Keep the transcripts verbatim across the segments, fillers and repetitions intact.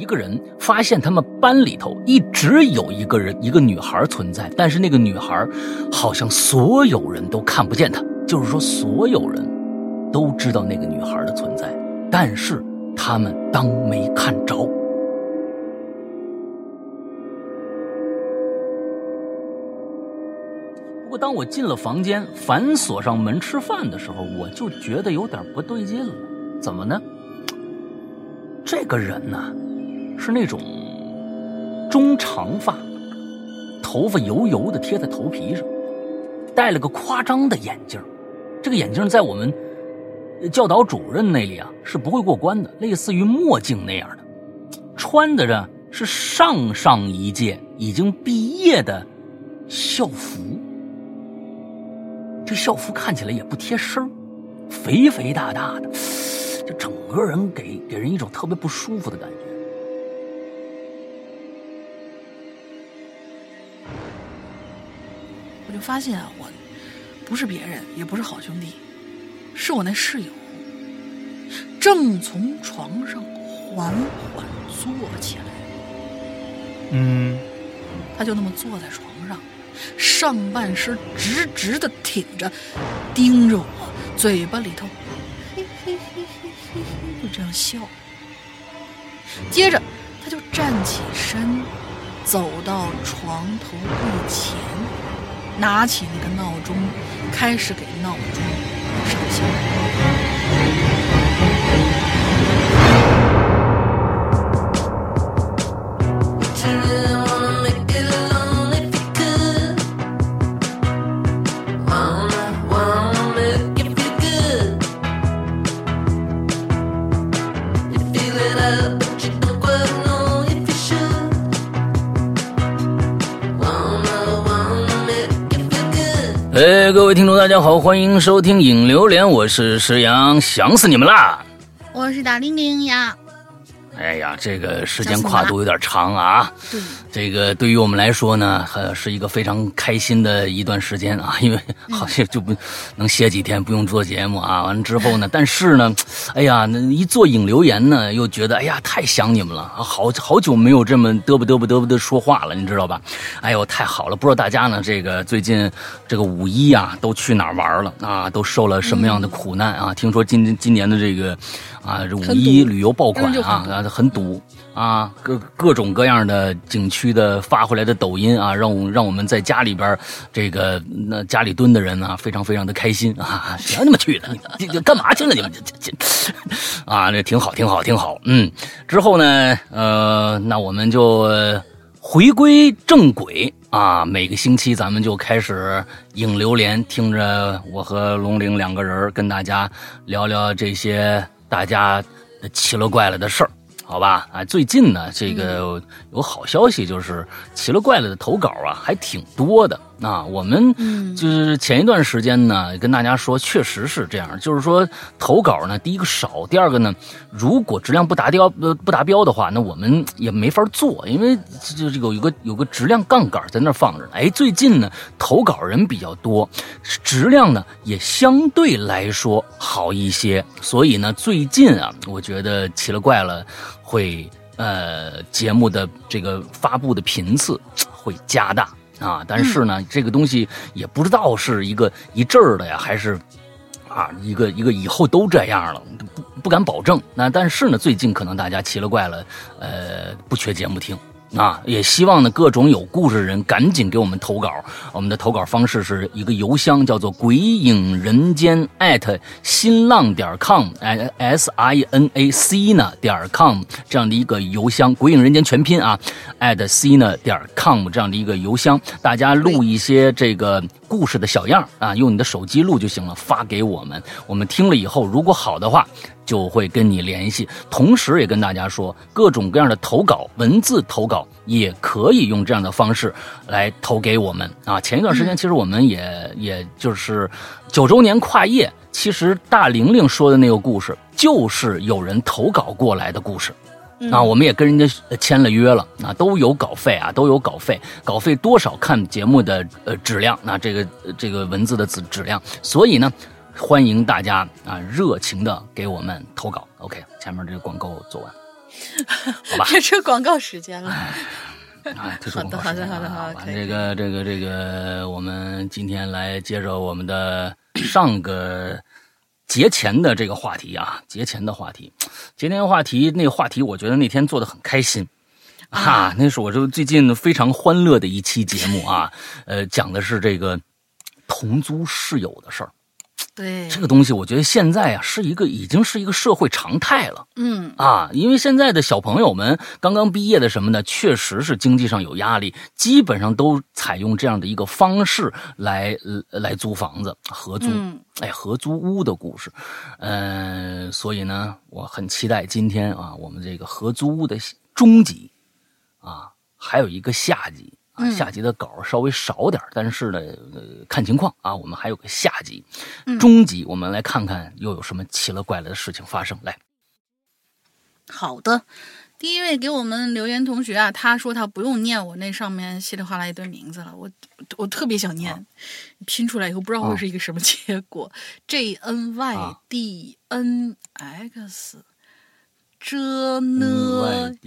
一个人发现他们班里头一直有一个人一个女孩存在，但是那个女孩好像所有人都看不见她，就是说所有人都知道那个女孩的存在，但是他们当没看着。不过当我进了房间，反锁上门吃饭的时候，我就觉得有点不对劲了。怎么呢？这个人呢，是那种中长发，头发油油的贴在头皮上，戴了个夸张的眼镜。这个眼镜在我们教导主任那里啊是不会过关的，类似于墨镜那样的。穿的呢是上上一届已经毕业的校服，这校服看起来也不贴身，肥肥大大的，就整个人给给人一种特别不舒服的感觉。 我就发现啊，我不是别人，也不是好兄弟，是我那室友，正从床上缓缓坐起来。 嗯， 他就那么坐在床上，上半身直直的挺着，盯着我，嘴巴里头嘿嘿嘿嘿嘿嘿，就这样笑。接着他就站起身，走到床头柜前，拿起那个闹钟，开始给闹钟上香。 哎，各位听众大家好，欢迎收听影榴莲，我是石阳，想死你们啦！ 我是大玲玲呀。 哎呀，这个时间跨度有点长啊。对，这个对于我们来说呢，呃，是一个非常开心的一段时间啊，因为好像就不能歇几天，不用做节目啊。完了之后呢，但是呢，哎呀，那一做影留言呢，又觉得哎呀，太想你们了，好好久没有这么嘚啵嘚啵嘚啵的说话了，你知道吧？哎呦，太好了！不知道大家呢，这个最近这个五一啊，都去哪儿玩了啊？都受了什么样的苦难啊？嗯、听说今今年的这个啊，这五一旅游爆款啊。很堵啊，各各种各样的景区的发回来的抖音啊，让我让我们在家里边这个那家里蹲的人啊，非常非常的开心啊！谁让你们去的？这这干嘛去了？你们这这啊，这挺好，挺好，挺好。嗯，之后呢，呃，那我们就回归正轨啊，每个星期咱们就开始影榴莲，听着我和龙玲两个人跟大家聊聊这些大家奇了怪了的事儿，好吧？啊，最近呢，这个有好消息，就是奇了怪了的投稿啊，还挺多的。啊，我们就是前一段时间呢，跟大家说，确实是这样，就是说投稿呢，第一个少，第二个呢，如果质量不达标呃不达标的话，那我们也没法做，因为就这个有个有个质量杠杆在那放着。哎，最近呢，投稿人比较多，质量呢也相对来说好一些，所以呢，最近啊，我觉得奇了怪了会呃节目的这个发布的频次会加大。啊，但是呢，嗯、这个东西也不知道是一个一阵儿的呀，还是啊一个一个以后都这样了，不不敢保证。那但是呢，最近可能大家奇了怪了，呃，不缺节目听。啊，也希望呢各种有故事的人赶紧给我们投稿。我们的投稿方式是一个邮箱，叫做鬼影人间 at 新浪点 com s i n a c 呢点 com 这样的一个邮箱，鬼影人间全拼啊 at c 呢点 com 这样的一个邮箱，大家录一些这个故事的小样啊，用你的手机录就行了，发给我们，我们听了以后，如果好的话，就会跟你联系。同时也跟大家说，各种各样的投稿，文字投稿也可以用这样的方式来投给我们啊。前一段时间，其实我们也、嗯、也就是九周年跨夜，其实大玲玲说的那个故事，就是有人投稿过来的故事。啊，我们也跟人家签了约了，啊，都有稿费啊，都有稿费，稿费多少看节目的呃质量，那这个这个文字的质质量，所以呢，欢迎大家啊热情的给我们投稿。OK， 前面这个广告做完。 好吧， 这是广告时间了。 啊，这是广告好的， 时间好的，好的， 好的。这个，这个，这个，我们今天来接着我们的上个节前的这个话题啊，节前的话题，节前的话题，那个话题，我觉得那天做的很开心。啊，那是我这最近非常欢乐的一期节目啊，呃，讲的是这个同租室友的事儿。 对， 这个东西我觉得现在啊是一个已经是一个社会常态了。 嗯啊，因为现在的小朋友们刚刚毕业的什么的，确实是经济上有压力，基本上都采用这样的一个方式来呃来租房子合租。 嗯、 哎，合租屋的故事。呃，所以呢，我很期待今天啊，我们这个合租屋的中集啊，还有一个下集。啊，下集的稿稍微少点，但是呢，呃，看情况啊，我们还有个下集，中集我们来看看又有什么奇了怪了的事情发生。来， 好的，第一位给我们留言同学啊，他说他不用念我那上面稀里哗啦一堆名字了，我我特别想念，啊、拼出来以后不知道会是一个什么结果。啊、J N Y D N X， 这呢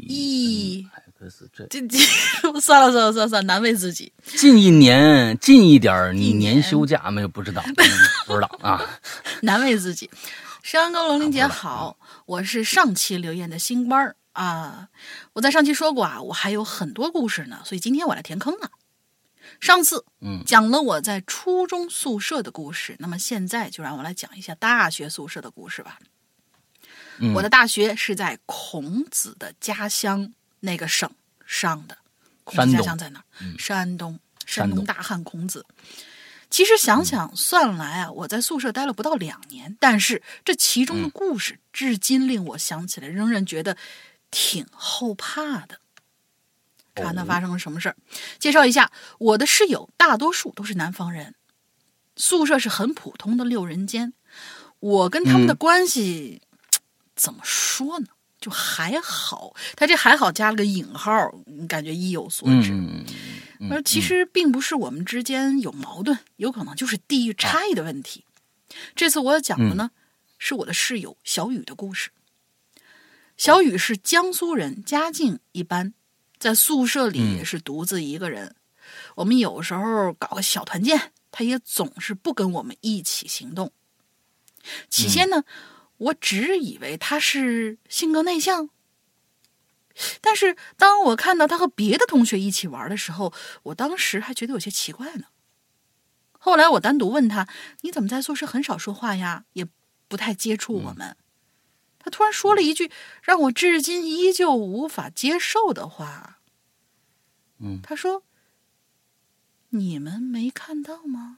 E。这这算了算了算了算了，难为自己。 近一年，近一点，你年休假没有？不知道，嗯、不知道啊。 难为自己。山高龙玲姐好，我是上期留言的新官啊。我在上期说过啊，我还有很多故事呢，所以今天我来填坑了。上次嗯讲了我在初中宿舍的故事，那么现在就让我来讲一下大学宿舍的故事吧。嗯、我的大学是在孔子的家乡。那个省上的，孔子家乡在哪儿？嗯、山东，山东大汉孔子。其实想想算来啊，我在宿舍待了不到两年，但是这其中的故事，至今令我想起来，仍然觉得挺后怕的。看他发生了什么事儿。介绍一下，我的室友大多数都是南方人，宿舍是很普通的六人间。我跟他们的关系、嗯、怎么说呢？就还好，他这还好加了个引号，感觉意有所指。嗯嗯、而其实并不是我们之间有矛盾，有可能就是地域差异的问题。啊、这次我要讲的呢，嗯、是我的室友小雨的故事。小雨是江苏人，家境一般，在宿舍里也是独自一个人。嗯、我们有时候搞个小团建，他也总是不跟我们一起行动。起先呢。嗯我只以为他是性格内向，但是当我看到他和别的同学一起玩的时候，我当时还觉得有些奇怪呢。后来我单独问他：“你怎么在宿舍很少说话呀？也不太接触我们？”嗯、他突然说了一句让我至今依旧无法接受的话。嗯，他说：“你们没看到吗？”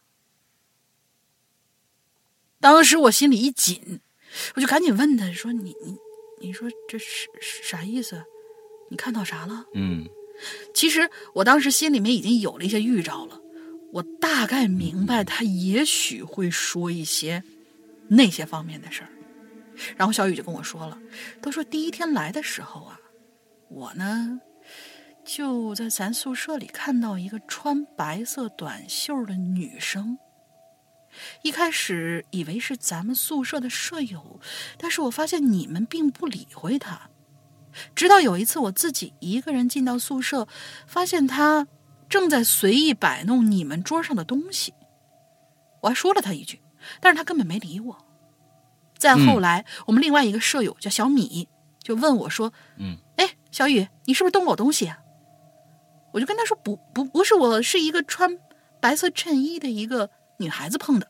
当时我心里一紧。我就赶紧问他说：“你你你说这是啥意思？你看到啥了？”嗯，其实我当时心里面已经有了一些预兆了，我大概明白他也许会说一些那些方面的事儿。然后小雨就跟我说了，都说第一天来的时候啊，我呢就在咱宿舍里看到一个穿白色短袖的女生。一开始以为是咱们宿舍的舍友，但是我发现你们并不理会他。直到有一次我自己一个人进到宿舍，发现他正在随意摆弄你们桌上的东西。我还说了他一句，但是他根本没理我。再后来、嗯、我们另外一个舍友叫小米，就问我说：“嗯，哎，小雨，你是不是动我东西啊？”我就跟他说：“不不不是，我是一个穿白色衬衣的一个女孩子碰的。”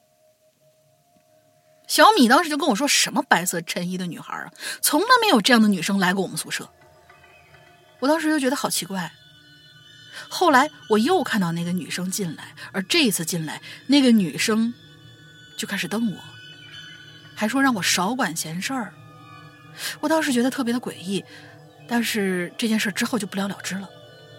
小米当时就跟我说：“什么白色衬衣的女孩啊？从来没有这样的女生来过我们宿舍。”我当时就觉得好奇怪。后来我又看到那个女生进来，而这一次进来，那个女生就开始瞪我，还说让我少管闲事儿。我当时觉得特别的诡异，但是这件事之后就不了了之了。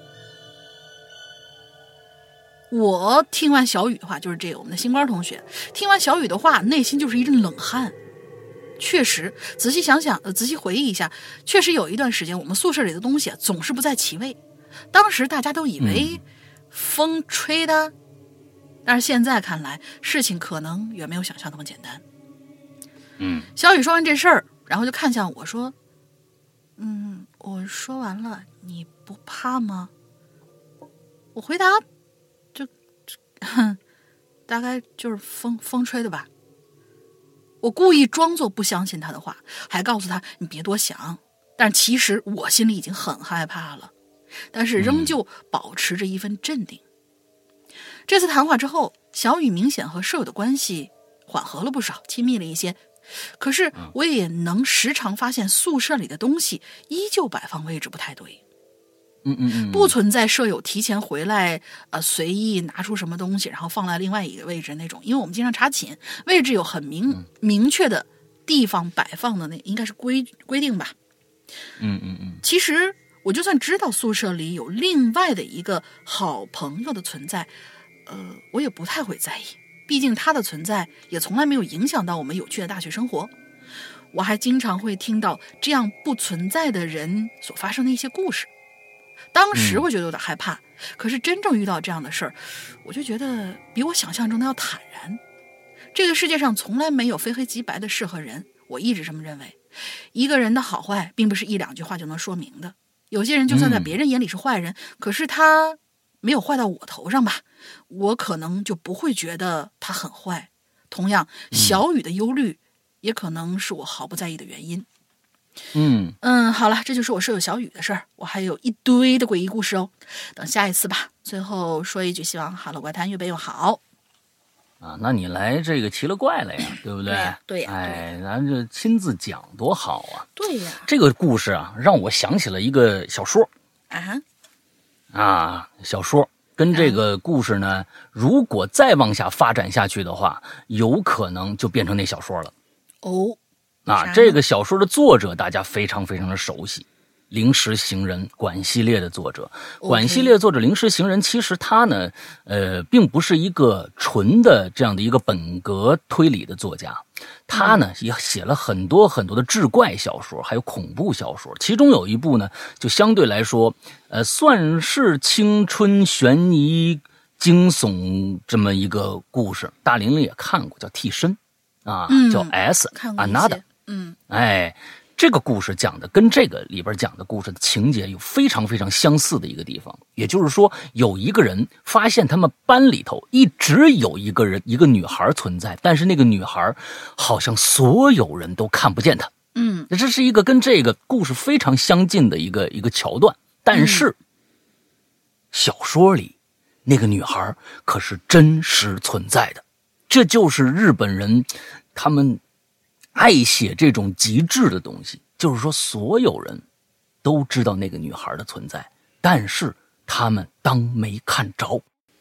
我听完小雨的话，就是这个我们的新官同学听完小雨的话，内心就是一阵冷汗。确实仔细想想、呃、仔细回忆一下，确实有一段时间我们宿舍里的东西、啊、总是不在其位。当时大家都以为风吹的、嗯、但是现在看来事情可能远没有想象那么简单。嗯，小雨说完这事儿，然后就看向我说：“ 嗯，我说完了，你不怕吗？我回答，这这，大概就是风风吹的吧。我故意装作不相信他的话，还告诉他你别多想。但其实我心里已经很害怕了，但是仍旧保持着一份镇定。嗯、这次谈话之后，小雨明显和舍友的关系缓和了不少，亲密了一些。可是我也能时常发现宿舍里的东西依旧摆放位置不太对。 嗯嗯嗯， 不存在舍友提前回来，呃，随意拿出什么东西，然后放在另外一个位置那种。因为我们经常查寝，位置有很明、嗯、明确的地方摆放的，那应该是规规定吧。 嗯嗯嗯。 其实我就算知道宿舍里有另外的一个好朋友的存在，呃，我也不太会在意。毕竟他的存在也从来没有影响到我们有趣的大学生活。我还经常会听到这样不存在的人所发生的一些故事。当时我觉得有点害怕、嗯、可是真正遇到这样的事儿，我就觉得比我想象中的要坦然。这个世界上从来没有非黑即白的事和人，我一直这么认为。一个人的好坏并不是一两句话就能说明的，有些人就算在别人眼里是坏人、嗯、可是他没有坏到我头上吧，我可能就不会觉得他很坏。同样，小雨的忧虑也可能是我毫不在意的原因。 嗯嗯，好了，这就是我舍友小雨的事儿。我还有一堆的诡异故事哦，等下一次吧。最后说一句，希望哈喽怪谈越办越好啊！那你来这个奇了怪了呀，对不对？ 对呀， 哎，咱这亲自讲多好啊！ 对呀， 这个故事啊，让我想起了一个小说啊啊，小说跟这个故事呢，如果再往下发展下去的话，有可能就变成那小说了。 哦。 啊，这个小说的作者大家非常非常的熟悉，临时行人管系列的作者。管系列作者临时行人，其实他呢，呃，并不是一个纯的这样的一个本格推理的作家，他呢也写了很多很多的志怪小说，还有恐怖小说。其中有一部呢，就相对来说，呃，算是青春悬疑惊悚这么一个故事，大玲玲也看过，叫《替身》啊， 嗯、 叫 S Another。 嗯， 哎，这个故事讲的跟这个里边讲的故事的情节有非常非常相似的一个地方，也就是说，有一个人发现他们班里头一直有一个人，一个女孩存在，但是那个女孩好像所有人都看不见她。 嗯， 这是一个跟这个故事非常相近的一个一个桥段，但是、嗯、小说里那个女孩可是真实存在的，这就是日本人他们爱写这种极致的东西，就是说所有人都知道那个女孩的存在，但是他们当没看着。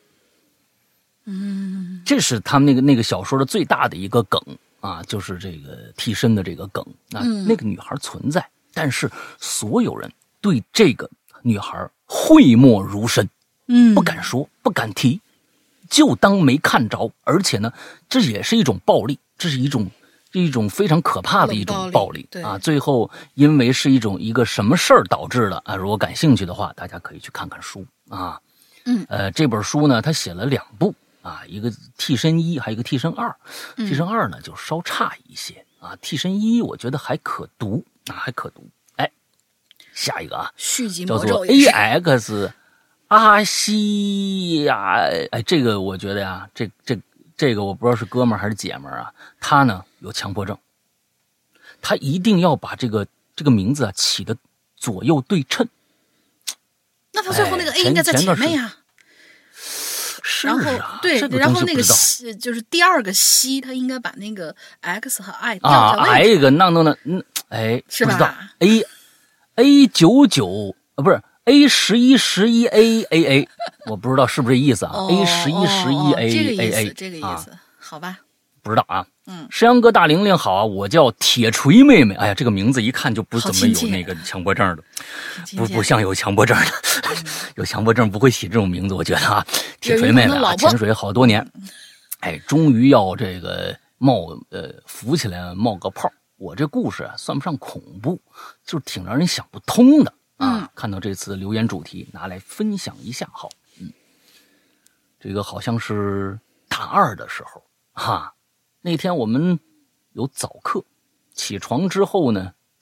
嗯， 这是他们那个那个小说的最大的一个梗啊，就是这个替身的这个梗啊、嗯。那个女孩存在，但是所有人对这个女孩讳莫如深， 嗯， 不敢说，不敢提，就当没看着。而且呢，这也是一种暴力，这是一种。一种非常可怕的一种暴力啊！最后因为是一种一个什么事儿导致的啊？如果感兴趣的话，大家可以去看看书啊。 嗯， 呃，这本书呢，他写了两部啊，一个替身一，还有一个替身二。替身二呢就稍差一些啊，替身一我觉得还可读啊，还可读。哎，下一个啊， 续集叫做 A X 阿西呀，哎，这个我觉得呀，这这。这个我不知道是哥们儿还是姐们儿啊，他呢有强迫症，他一定要把这个这个名字啊起的左右对称。 那他最后那个 A 应该在前面呀。 是啊，然后对， 这个然后那个就是第二个西，他应该把那个 X 和 I 调啊 ，I 个弄弄的，嗯，哎， 是吧？ 不知道 A A 九九啊，不是。A 十一十一 A A A， 我不知道是不是这意思啊、 哦、 ？A 十一十一 A A A， 这个意思，啊、好吧？ 不知道啊。 嗯， 山羊哥大玲玲好啊，我叫铁锤妹妹。哎呀，这个名字一看就不怎么有那个强迫症的，不不像有强迫症的，有强迫症不会起这种名字，我觉得啊。铁锤妹妹啊，潜水好多年，哎，终于要这个冒呃浮起来冒个泡。我这故事啊，算不上恐怖，就是挺让人想不通的。啊、 嗯， 看到这次留言主题，拿来分享一下。好，嗯，这个好像是大二的时候，哈，那天我们有早课，起床之后呢，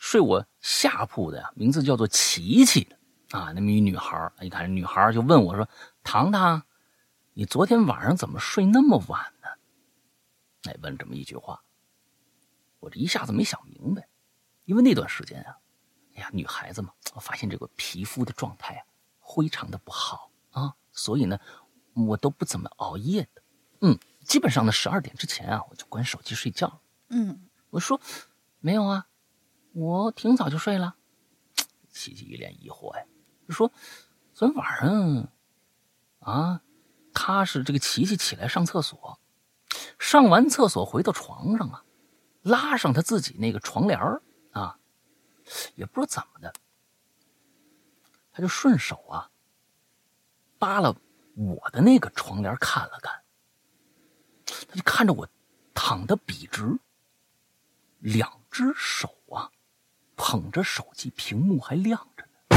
睡我下铺的呀，名字叫做琪琪啊，那么一女孩，你看女孩就问我说：“糖糖，你昨天晚上怎么睡那么晚呢？”哎，问这么一句话，我这一下子没想明白，因为那段时间啊，哎呀，女孩子嘛，我发现这个皮肤的状态啊，非常的不好啊，所以呢，我都不怎么熬夜的，嗯，基本上呢十二点之前啊，我就关手机睡觉了。 嗯， 我说没有啊，我挺早就睡了。琪琪一脸疑惑，哎，就说昨天晚上啊，他是这个琪琪起来上厕所，上完厕所回到床上啊，拉上他自己那个床帘啊，也不知道怎么的，他就顺手啊扒了我的那个床帘看了看，他就看着我躺得笔直，两只手啊捧着手机，屏幕还亮着呢。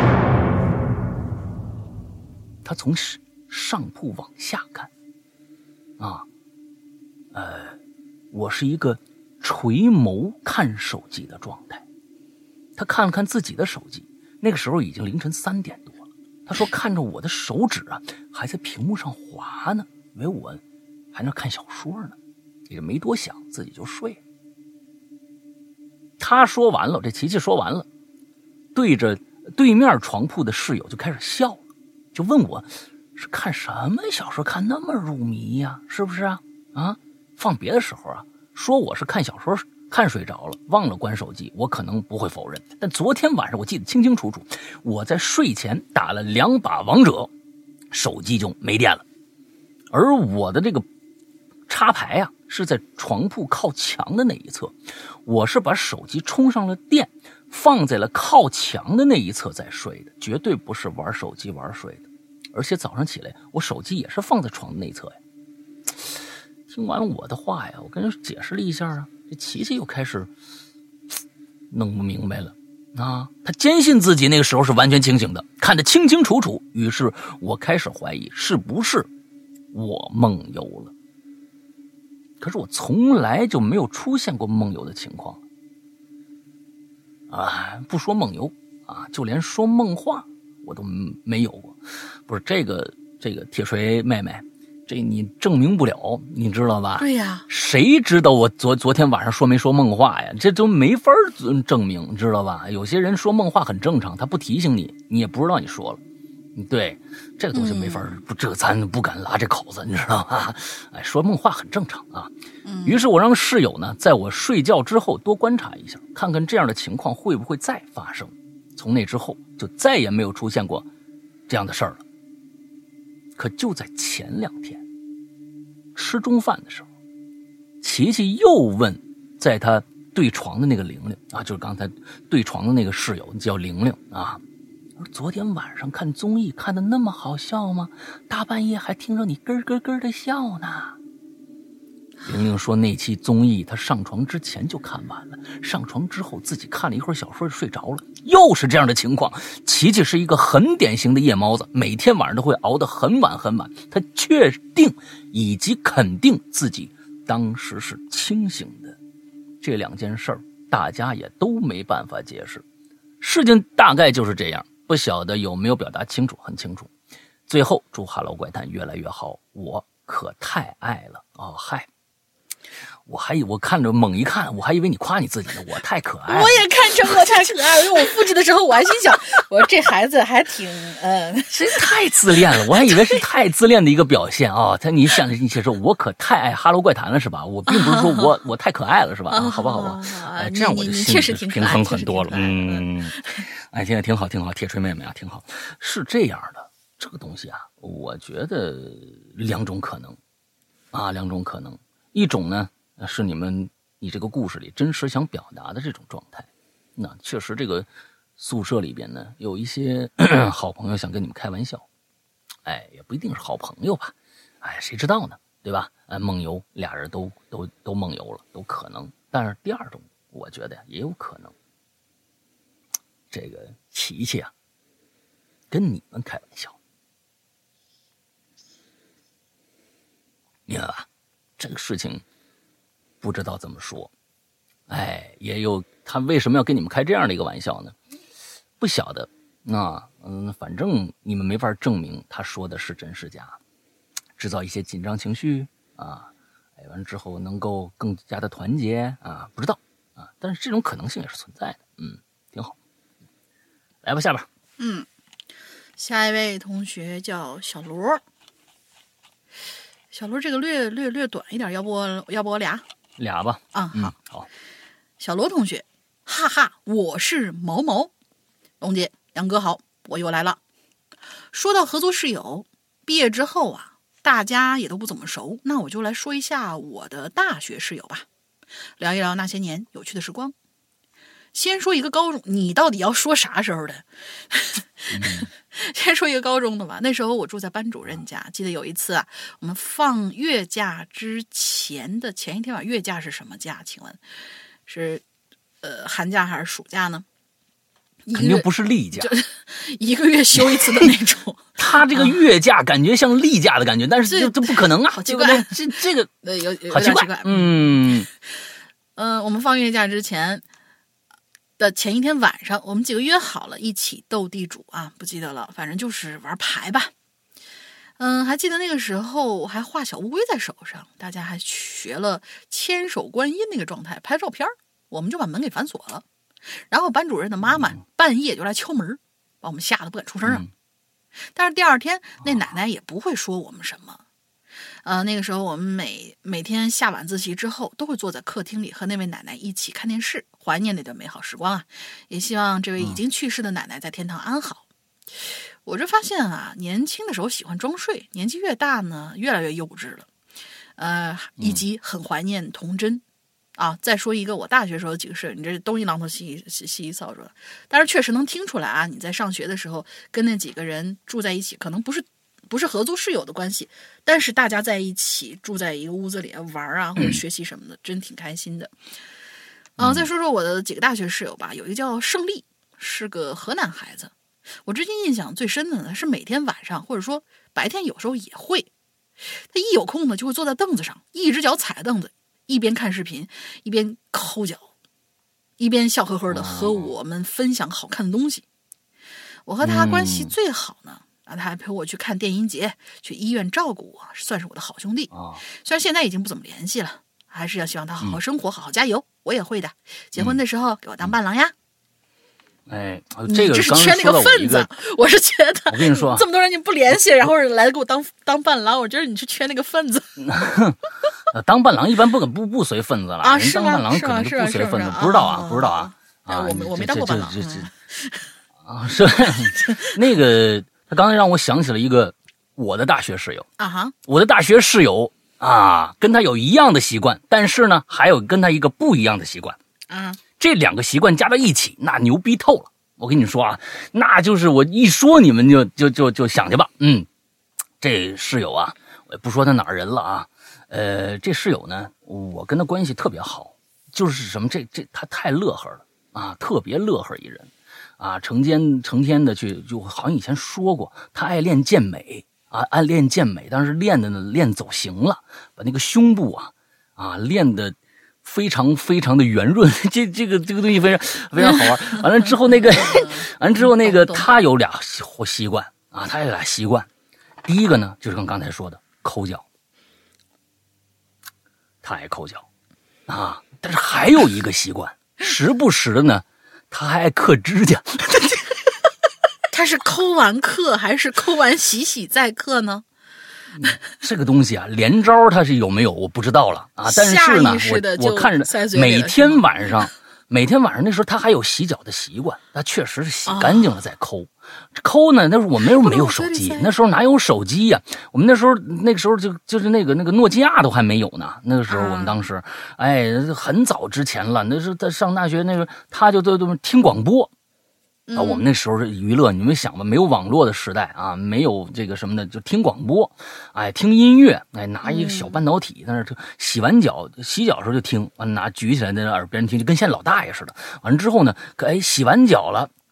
他从上铺往下看啊，呃，我是一个垂眸看手机的状态。他看了看自己的手机，那个时候已经凌晨三点多了。他说看着我的手指啊还在屏幕上滑呢，以为我还在看小说呢，也没多想，自己就睡了。他说完了，这琪琪说完了，对着对面床铺的室友就开始笑了，就问我是看什么小说看那么入迷呀、啊？是不是啊？啊，放别的时候啊，说我是看小说看睡着了，忘了关手机，我可能不会否认。但昨天晚上我记得清清楚楚，我在睡前打了两把王者，手机就没电了，而我的这个插排啊是在床铺靠墙的那一侧，我是把手机充上了电，放在了靠墙的那一侧再睡的，绝对不是玩手机玩睡的。而且早上起来，我手机也是放在床的内侧呀。听完我的话呀，我跟人解释了一下啊，这琪琪又开始弄不明白了啊。他坚信自己那个时候是完全清醒的，看得清清楚楚。于是我开始怀疑是不是我梦游了。可是我从来就没有出现过梦游的情况啊！不说梦游啊，就连说梦话我都没有过。不是这个这个铁锤妹妹，这你证明不了，你知道吧？ 对呀， 谁知道我昨昨天晚上说没说梦话呀？这都没法证明，知道吧？有些人说梦话很正常，他不提醒你，你也不知道你说了。对，这个东西没法，不、嗯，这个咱不敢拉这口子，你知道吗？哎，说梦话很正常啊。 嗯， 于是我让室友呢，在我睡觉之后多观察一下，看看这样的情况会不会再发生。从那之后，就再也没有出现过这样的事儿了。可就在前两天吃中饭的时候，琪琪又问在他对床的那个玲玲啊，就是刚才对床的那个室友叫玲玲啊。昨天晚上看综艺看得那么好笑吗？大半夜还听着你咯咯咯的笑呢。玲玲说那期综艺她上床之前就看完了，上床之后自己看了一会儿小说就睡着了。又是这样的情况。琪琪是一个很典型的夜猫子，每天晚上都会熬得很晚很晚。她确定以及肯定自己当时是清醒的。这两件事儿大家也都没办法解释，事情大概就是这样。不晓得有没有表达清楚，很清楚。最后祝哈喽怪谈越来越好，我可太爱了哦！嗨，我还以我看着猛一看，我还以为你夸你自己呢，我太可爱了。 我也看成我太可爱了，因为我复制的时候我还心想，我说这孩子还挺嗯， 这太自恋了，我还以为是太自恋的一个表现啊、哦！他你想你写说我可太爱哈喽怪谈了是吧？我并不是说我、啊、我太可爱了是吧？啊、好吧好吧，哎，这样我就心里平衡很多了，嗯。哎，现在挺好，挺好，铁锤妹妹啊，挺好。是这样的，这个东西啊，我觉得两种可能，啊，两种可能。一种呢是你们你这个故事里真实想表达的这种状态。那确实，这个宿舍里边呢有一些好朋友想跟你们开玩笑，哎，也不一定是好朋友吧，哎，谁知道呢，对吧？哎，梦游，俩人都都都梦游了，都可能。但是第二种，我觉得也有可能。这个琪琪啊，跟你们开玩笑，明白吧？这个事情不知道怎么说，哎，也有他为什么要跟你们开这样的一个玩笑呢？不晓得，那嗯，反正你们没法证明他说的是真是假，制造一些紧张情绪啊，哎，完之后能够更加的团结啊，不知道啊，但是这种可能性也是存在的，嗯，挺好。来吧，下边， 嗯，下一位同学叫小罗。小罗这个略略略短一点，要不要不我俩俩吧？ 啊，好、 嗯、好。 小罗同学，哈哈，我是毛毛。龙姐，杨哥好，我又来了。说到合租室友，毕业之后啊，大家也都不怎么熟，那我就来说一下我的大学室友吧，聊一聊那些年有趣的时光。先说一个高中，你到底要说啥时候的？嗯、先说一个高中的吧。那时候我住在班主任家，记得有一次啊，我们放月假之前的前一天晚上，月假是什么假？请问是呃寒假还是暑假呢？ 肯定不是例假， 一个月休一次的那种。 他这个月假感觉像例假的感觉，但是这这不可能啊， 好奇怪， 这这个呃有有好奇怪， 嗯嗯、呃，我们放月假之前的前一天晚上，我们几个约好了一起斗地主啊，不记得了，反正就是玩牌吧。嗯，还记得那个时候我还画小乌龟在手上，大家还学了千手观音那个状态拍照片，我们就把门给反锁了。然后班主任的妈妈半夜就来敲门，把我们吓得不敢出声啊。但是第二天那奶奶也不会说我们什么。呃，那个时候我们每每天下晚自习之后，都会坐在客厅里和那位奶奶一起看电视，怀念那段美好时光啊！也希望这位已经去世的奶奶在天堂安好。我这发现啊，年轻的时候喜欢装睡，年纪越大呢，越来越幼稚了。呃，以及很怀念童真。啊，再说一个我大学时候的几个事，你这东一榔头西西西一扫帚，但是确实能听出来啊，你在上学的时候跟那几个人住在一起，可能不是不是合租室友的关系，但是大家在一起住在一个屋子里玩啊，或者学习什么的，嗯、真挺开心的。啊，再说说我的几个大学室友吧，有一个叫胜利，是个河南孩子。我至今印象最深的呢，是每天晚上或者说白天有时候也会，他一有空呢就会坐在凳子上，一只脚踩着凳子。一边看视频，一边抠脚，一边笑呵呵的和我们分享好看的东西。我和他关系最好呢，啊，他还陪我去看电影节，去医院照顾我，算是我的好兄弟。虽然现在已经不怎么联系了，还是要希望他好好生活，好好加油。我也会的。结婚的时候给我当伴郎呀。 哎，这个你这是缺那个份子，我是觉得。 我跟你说， 这么多人你不联系，然后来给我当当伴郎，我觉得你是缺那个份子。 当伴郎一般不不不随份子了啊， 人当伴郎可能就不随份子，不知道啊，不知道啊。啊， 我没我没当过伴郎。 啊，是那个，他刚才让我想起了一个我的大学室友啊哈， 我的大学室友啊，跟他有一样的习惯，但是呢，还有跟他一个不一样的习惯啊。 这两个习惯加到一起，那牛逼透了！我跟你说啊，那就是我一说你们就就就就想去吧。嗯，这室友啊，我也不说他哪儿人了啊。呃，这室友呢，我跟他关系特别好，就是什么这这他太乐呵了啊，特别乐呵一人啊，成天成天的去，就好像以前说过，他爱练健美啊，爱练健美，但是练的呢练走形了，把那个胸部啊啊练的。非常非常的圆润，这这个这个东西非常非常好玩。完了之后那个，完了之后那个他有俩习惯啊，他有俩习惯。第一个呢，就是跟刚才说的抠脚，他爱抠脚啊。但是还有一个习惯，时不时的呢，他还爱刻指甲。 他是抠完刻还是抠完洗洗再刻呢？ 这个东西啊，连招它是有没有我不知道了啊。但是呢，我我看着每天晚上，每天晚上那时候他还有洗脚的习惯，他确实是洗干净了再抠。哦、抠呢，那时候我们那时候没有手机，那时候哪有手机呀、啊？我们那时候那个时候就就是那个那个诺基亚都还没有呢。那个时候我们当时，啊、哎，很早之前了。那时候在上大学那个，他就都都听广播。啊，我们那时候是娱乐，你们想吧，没有网络的时代啊，没有这个什么的，就听广播，哎，听音乐，哎，拿一个小半导体在那儿洗完脚，洗脚的时候就听，完拿举起来在那耳边听，就跟现在老大爷似的。完了之后呢，哎，洗完脚了，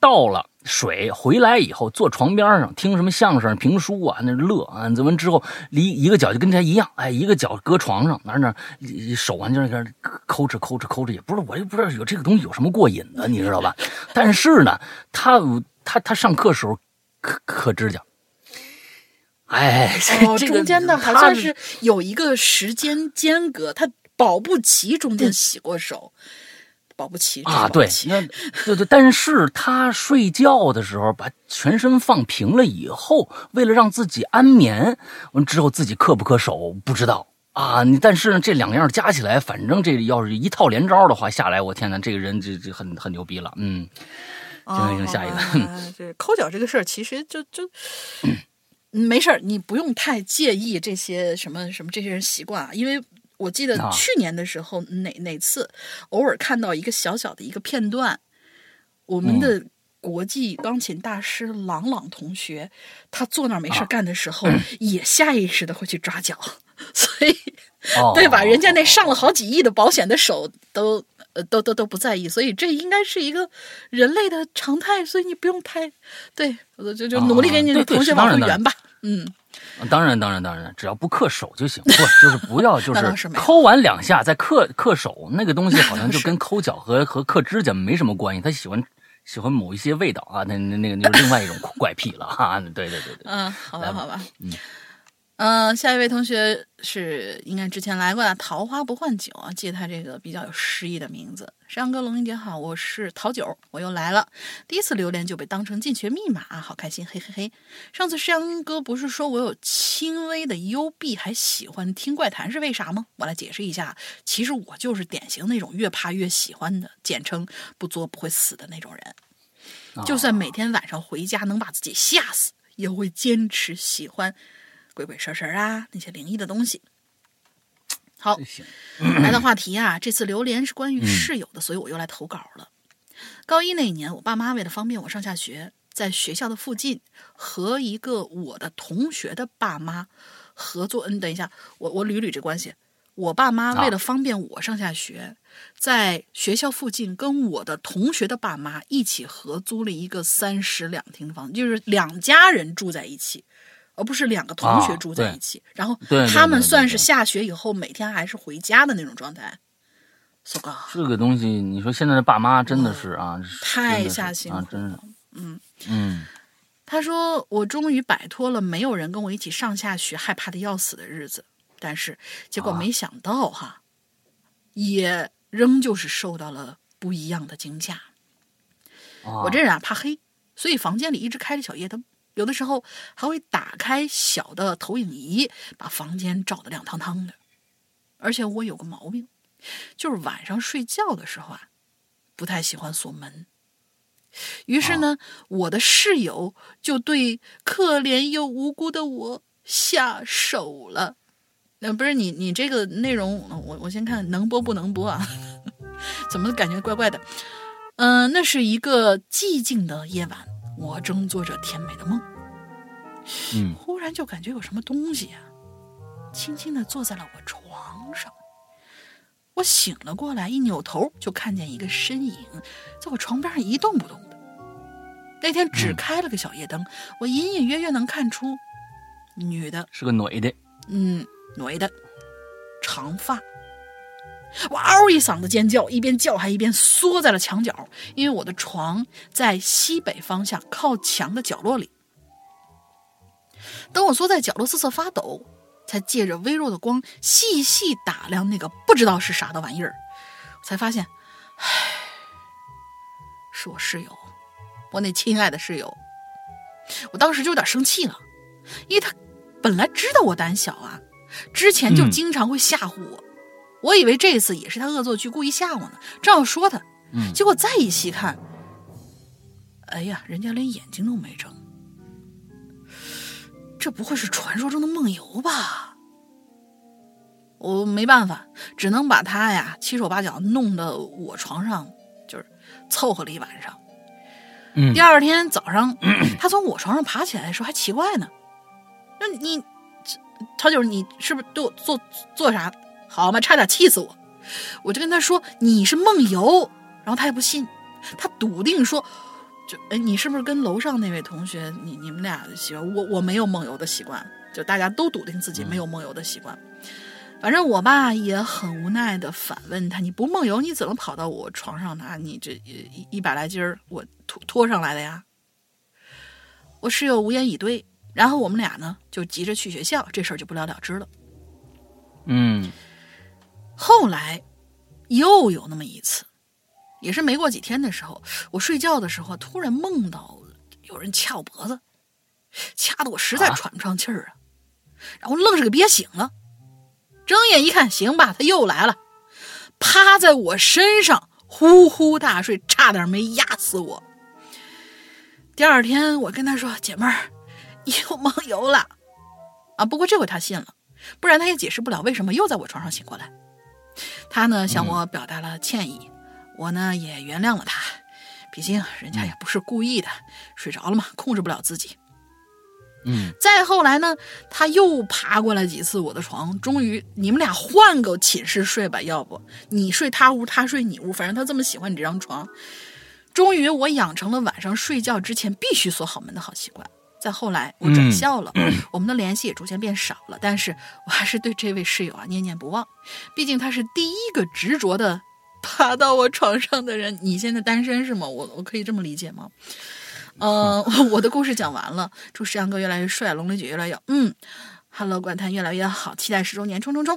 倒了水回来以后，坐床边上听什么相声、评书啊，那乐啊。这完之后，离一个脚就跟他一样，哎，一个脚搁床上，那那手完就那个抠着抠着抠着，也不知道我也不知道有这个东西有什么过瘾的，你知道吧？但是呢，他他他上课时候磕磕指甲。哎， 哦， 这个中间的好像是有一个时间间隔，他保不齐中间洗过手，保不齐啊，对，那对对，但是他睡觉的时候把全身放平了以后，为了让自己安眠，完之后自己恪不恪手不知道啊。你但是这两样加起来，反正这要是一套连招的话下来，我天哪，这个人这这很很牛逼了，嗯。行行行，下一个， 哦、这抠脚这个事儿，其实就就。嗯没事儿，你不用太介意这些什么什么这些人习惯啊，因为我记得去年的时候，啊、哪哪次偶尔看到一个小小的一个片段，我们的国际钢琴大师郎朗同学，他坐那儿没事干的时候，啊、也下意识的会去抓脚，所以、哦、对吧？人家那上了好几亿的保险的手都。呃，都都都不在意，所以这应该是一个人类的常态，所以你不用太，对，就就努力给你的同学往回圆吧，嗯， 当然当然当然，只要不恪手就行，不就是不要就是抠完两下再恪恪手，那个东西好像就跟抠脚和和恪指甲没什么关系，他喜欢喜欢某一些味道啊，那那那个就是另外一种怪癖了哈，对对对对， 嗯，好吧好吧，嗯。嗯、呃，下一位同学是应该之前来过的桃花不换酒啊，记得他这个比较有诗意的名字。山羊哥、龙英姐好，我是桃九，我又来了。第一次留言就被当成进学密码，好开心，嘿嘿嘿。上次山羊哥不是说我有轻微的幽闭，还喜欢听怪谈是为啥吗？我来解释一下，其实我就是典型那种越怕越喜欢的，简称不作不会死的那种人。哦、就算每天晚上回家能把自己吓死，也会坚持喜欢。鬼鬼神神啊，那些灵异的东西。好，来到话题啊，这次榴莲是关于室友的，所以我又来投稿了。高一那一年，我爸妈为了方便我上下学，在学校的附近和一个我的同学的爸妈合作。嗯，等一下，我我捋捋这关系。我爸妈为了方便我上下学，在学校附近跟我的同学的爸妈一起合租了一个三室两厅的房子，就是两家人住在一起。而不是两个同学住在一起， 哦、 然后他们算是下学以后每天还是回家的那种状态。so 这个东西，你说现在的爸妈真的是啊， 哦、太下辛苦了。 啊、真是嗯嗯。 他说：“我终于摆脱了没有人跟我一起上下学、害怕的要死的日子，但是结果没想到哈，啊、也仍旧是受到了不一样的惊吓。 啊、 我这人啊怕黑，所以房间里一直开着小夜灯。”有的时候还会打开小的投影仪，把房间照得亮堂堂的。而且我有个毛病，就是晚上睡觉的时候啊，不太喜欢锁门。于是呢，啊、我的室友就对可怜又无辜的我下手了。那、呃、不是你，你这个内容，我我先看能播不能播啊？怎么感觉怪怪的？嗯、呃，那是一个寂静的夜晚。我正做着甜美的梦， 嗯， 忽然就感觉有什么东西啊，轻轻地坐在了我床上。我醒了过来，一扭头就看见一个身影在我床边上一动不动的。那天只开了个小夜灯，嗯、我隐隐约约能看出，女的， 是个女的， 嗯，女的，长发。我嗷一嗓子尖叫，一边叫还一边缩在了墙角，因为我的床在西北方向靠墙的角落里。等我缩在角落瑟瑟发抖，才借着微弱的光细细打量那个不知道是啥的玩意儿，我才发现，唉，是我室友，我那亲爱的室友。我当时就有点生气了，因为他本来知道我胆小啊，之前就经常会吓唬我。嗯，我以为这次也是他恶作剧故意吓我呢，正要说他， 嗯， 结果再一细看，哎呀，人家连眼睛都没睁，这不会是传说中的梦游吧？我没办法，只能把他呀七手八脚弄到我床上，就是凑合了一晚上。 嗯， 第二天早上，嗯、他从我床上爬起来的时候还奇怪呢，那你，他就是你是不是对我做做啥？好嘛，差点气死我！我就跟他说你是梦游，然后他也不信，他笃定说就哎，你是不是跟楼上那位同学，你你们俩的习惯？我我没有梦游的习惯，就大家都笃定自己没有梦游的习惯。嗯、反正我爸也很无奈的反问他：“你不梦游，你怎么跑到我床上呢？你这一一百来斤儿，我拖拖上来的呀？”我室友无言以对，然后我们俩呢就急着去学校，这事儿就不了了之了。 嗯， 后来又有那么一次。也是没过几天的时候，我睡觉的时候突然梦到有人掐我脖子，掐得我实在喘不上气儿啊，然后愣是给憋醒了。睁眼一看，行吧，他又来了，趴在我身上呼呼大睡，差点没压死我。第二天我跟他说：“姐妹儿，你又梦游了啊！”不过这回他信了，不然他也解释不了为什么又在我床上醒过来。他呢向我表达了歉意。嗯，我呢也原谅了他，毕竟人家也不是故意的，睡着了嘛，控制不了自己。 嗯， 再后来呢，他又爬过来几次我的床，终于你们俩换个寝室睡吧，要不你睡他屋，他睡你屋，反正他这么喜欢你这张床。终于我养成了晚上睡觉之前必须锁好门的好习惯。再后来我转校了，嗯、我们的联系也逐渐变少了，但是我还是对这位室友啊念念不忘，毕竟他是第一个执着的爬到我床上的人。你现在单身是吗？我我可以这么理解吗？呃，我的故事讲完了，祝石阳哥越来越帅，龙雷姐越来越嗯 ，Hello 怪谈越来越好，期待十周年，冲冲冲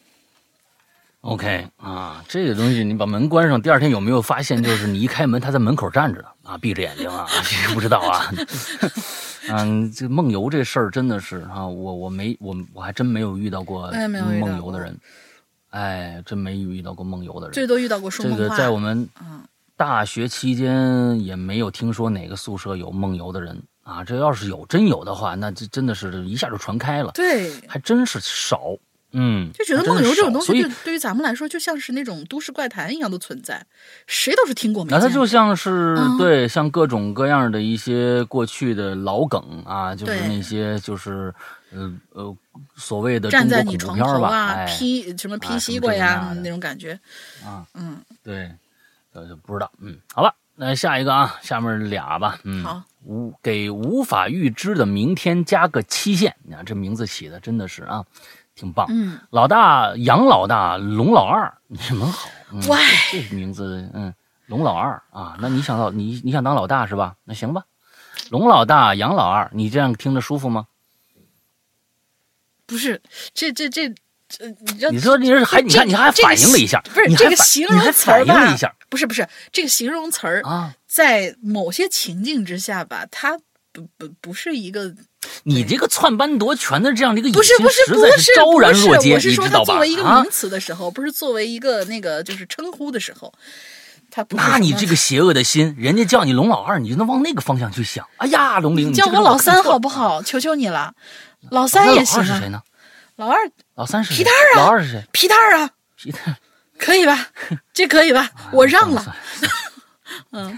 ！OK 啊，这个东西你把门关上，第二天有没有发现，就是你一开门，他在门口站着啊，闭着眼睛啊，不知道啊。嗯，这梦游这事儿真的是啊，我我没我我还真没有遇到过梦游的人。哎，真没遇到过梦游的人， 最多遇到过说梦话。 这个在我们大学期间也没有听说哪个宿舍有梦游的人啊。这要是有真有的话，那这真的是一下就传开了。 对， 还真是少。嗯， 就觉得梦游这种东西对， 对对于咱们来说，就像是那种都市怪谈一样的存在，谁都是听过没见过。 那它就像是、嗯、对，像各种各样的一些过去的老梗啊，就是那些就是呃呃所谓的中国恐怖片吧， 啊，劈什么劈西瓜呀、啊、那种感觉啊， 嗯， 对，呃就不知道，嗯，好吧，那下一个啊，下面俩吧，嗯， 好， 无给无法预知的明天加个期限，你看这名字起的真的是啊。挺棒， 嗯， 老大杨老大龙老二，你们好，嗯、 喂， 这个名字，嗯，龙老二啊，那你想到你你想当老大是吧？那行吧，龙老大杨老二，你这样听着舒服吗？ 不是，这这这这， 你说你是还你看你还反应了一下， 不是这个形容词儿吧？ 不是不是这个形容词儿啊， 在某些情境之下吧，它不不不是一个。 你这个窜班夺权的这样的一个不是不是实在是昭然若揭， 我是说它作为一个名词的时候， 啊、 不是作为一个那个就是称呼的时候，它不是。 那你这个邪恶的心，人家叫你龙老二，你就能往那个方向去想。哎呀，龙玲， 你叫我老三好不好？求求你了，老三也行啊。 老二是谁呢？ 老二， 老三是皮蛋啊。 老二是谁？ 皮蛋啊。 皮蛋， 可以吧？这可以吧？我让了。嗯。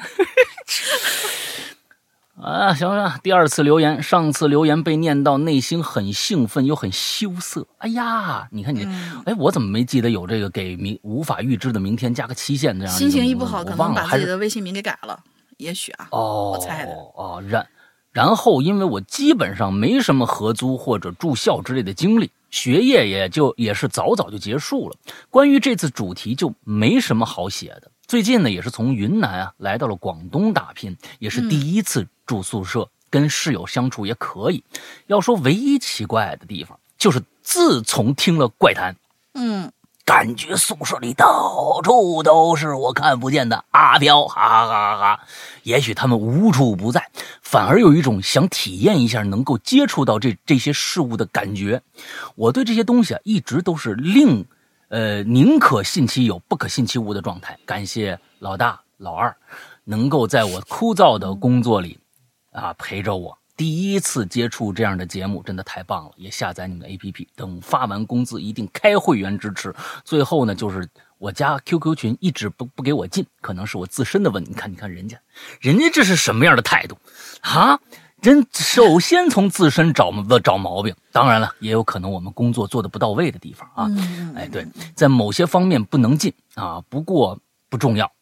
啊，行了，第二次留言，上次留言被念到，内心很兴奋又很羞涩。哎呀，你看你， 嗯、 哎，我怎么没记得有这个给明无法预知的明天加个期限这样？ 心情一不好，可能把自己的微信名给改了，也许啊， 哦， 我猜的。 哦，然然后因为我基本上没什么合租或者住校之类的经历，学业也就也是早早就结束了。关于这次主题就没什么好写的。最近呢，也是从云南啊来到了广东打拼，也是第一次住宿舍，嗯、跟室友相处也可以。要说唯一奇怪的地方，就是自从听了怪谈， 嗯， 感觉宿舍里到处都是我看不见的阿飘，哈哈哈哈！也许他们无处不在，反而有一种想体验一下能够接触到这这些事物的感觉。我对这些东西啊，一直都是令。呃，宁可信其有，不可信其无的状态。感谢老大、老二，能够在我枯燥的工作里，啊，陪着我。第一次接触这样的节目，真的太棒了！也下载你们的 A P P， 等发完工资一定开会员支持。最后呢，就是我家 Q Q 群一直不不给我进，可能是我自身的问题。你看，你看人家，人家这是什么样的态度啊？人首先从自身找找毛病，当然了，也有可能我们工作做的不到位的地方啊。 嗯、 哎，对，在某些方面不能进啊，不过不重要，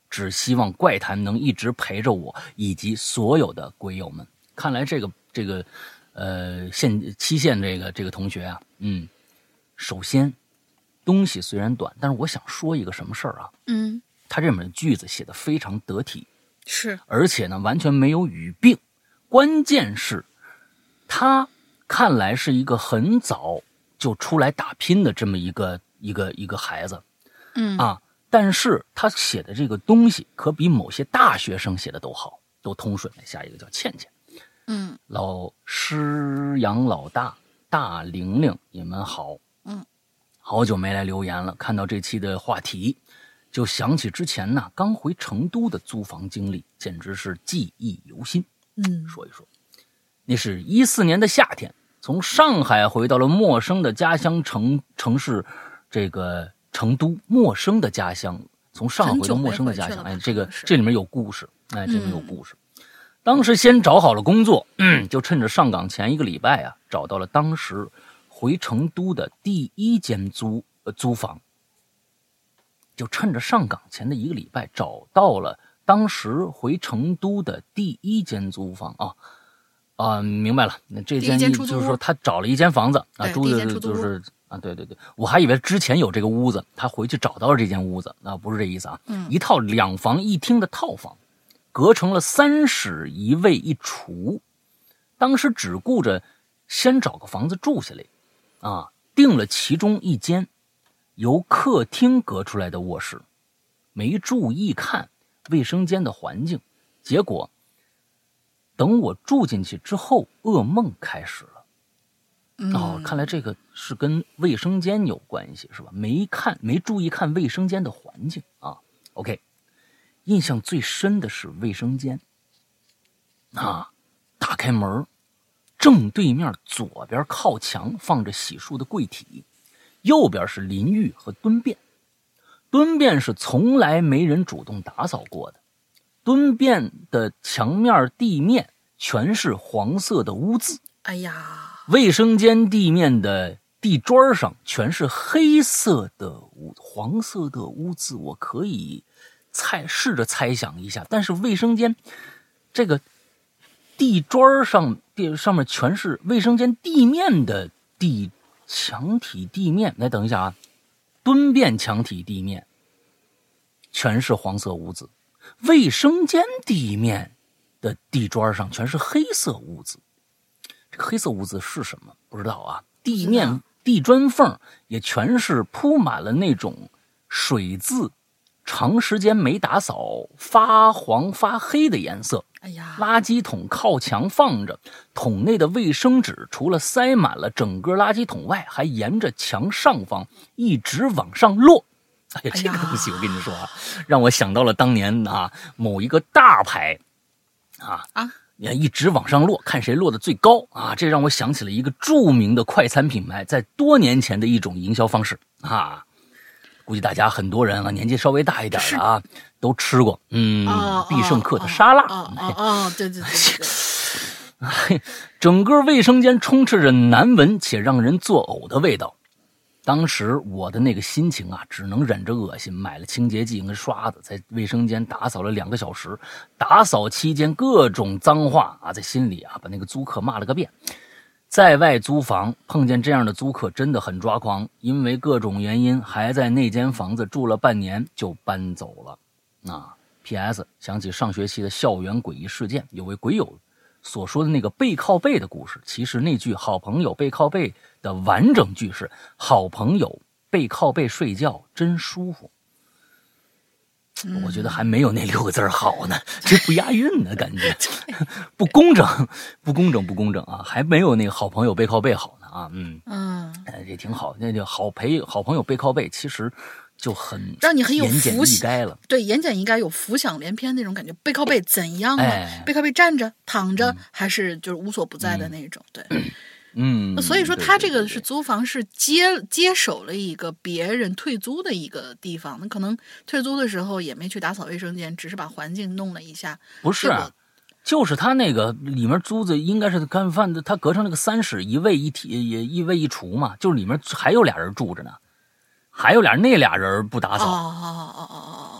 只希望怪谈能一直陪着我以及所有的鬼友们。看来这个这个呃县期县这个这个同学啊，嗯，首先东西虽然短，但是我想说一个什么事儿啊？ 嗯， 他这本句子写得非常得体， 是， 而且呢完全没有语病，关键是他看来是一个很早就出来打拼的这么一个一个一个孩子， 嗯啊，但是他写的这个东西可比某些大学生写的都好，都通顺。下一个叫倩倩， 嗯， 老师杨老大大玲玲，你们好， 嗯， 好久没来留言了，看到这期的话题，就想起之前呢刚回成都的租房经历，简直是记忆犹新。 嗯， 说一说，那是一四年的夏天，从上海回到了陌生的家乡城城市，这个成都，陌生的家乡，从上海回到陌生的家乡，哎，这个这里面有故事，哎，这里面有故事。嗯、当时先找好了工作，嗯，就趁着上岗前一个礼拜啊，找到了当时回成都的第一间租呃租房，就趁着上岗前的一个礼拜找到了当时回成都的第一间租房啊。啊、呃，明白了，那这间就是说他找了一间房子啊，租的就是啊，对对对，我还以为之前有这个屋子，他回去找到了这间屋子，啊，不是这意思啊， 嗯， 一套两房一厅的套房，隔成了三室一卫一厨，当时只顾着先找个房子住下来，啊，订了其中一间由客厅隔出来的卧室，没注意看卫生间的环境，结果。等我住进去之后，噩梦开始了。 嗯、 哦，看来这个是跟卫生间有关系，是吧？没看，没注意看卫生间的环境啊。OK， 印象最深的是卫生间啊，打开门，正对面左边靠墙放着洗漱的柜体，右边是淋浴和蹲便。蹲便是从来没人主动打扫过的。蹲便的墙面地面全是黄色的污渍， 哎呀， 卫生间地面的地砖上全是黑色的污黄色的污渍，我可以猜试着猜想一下，但是卫生间这个地砖上地上面全是卫生间地面的地墙体地面，来等一下啊，蹲便墙体地面全是黄色污渍。卫生间地面的地砖上全是黑色污渍，这个黑色污渍是什么？不知道啊。地面地砖缝也全是铺满了那种水渍，长时间没打扫发黄发黑的颜色。 哎呀， 垃圾桶靠墙放着，桶内的卫生纸除了塞满了整个垃圾桶外，还沿着墙上方一直往上落。哎呀，这个东西我跟你说啊，让我想到了当年啊某一个大牌啊啊， 一直往上落，看谁落得最高啊！这让我想起了一个著名的快餐品牌在多年前的一种营销方式啊。估计大家很多人啊，年纪稍微大一点的啊，都吃过。嗯， 哦、 必胜客的沙拉。 哦哦哦，对对对对。 整个卫生间充斥着难闻且让人作呕的味道。当时我的那个心情啊，只能忍着恶心，买了清洁剂跟刷子，在卫生间打扫了两个小时。打扫期间各种脏话啊，在心里啊把那个租客骂了个遍。在外租房碰见这样的租客真的很抓狂，因为各种原因还在那间房子住了半年就搬走了。啊 P S 想起上学期的校园诡异事件，有位鬼友所说的那个背靠背的故事，其实那句好朋友背靠背的完整句是好朋友背靠背睡觉真舒服。 嗯、 我觉得还没有那六个字好呢，这不押韵呢，感觉不公正，不公正，不公正啊！还没有那个好朋友背靠背好呢啊，嗯嗯， 哎，这挺好，那就好陪好朋友背靠背，其实就很让你很有言简浮意赅了， 对，言简意赅，有浮想联翩那种感觉。背靠背怎样呢？ 哎、 背靠背站着、躺着， 嗯、 还是就是无所不在的那种？ 嗯、 对。 嗯， 所以说他这个是租房是接接手了一个别人退租的一个地方，那可能退租的时候也没去打扫卫生间，只是把环境弄了一下。 不是，就是他那个里面租子应该是干饭的，他隔成那个三室一卫一体也一卫一厨嘛，就是里面还有俩人住着呢，还有俩那俩人不打扫。 哦哦哦哦哦。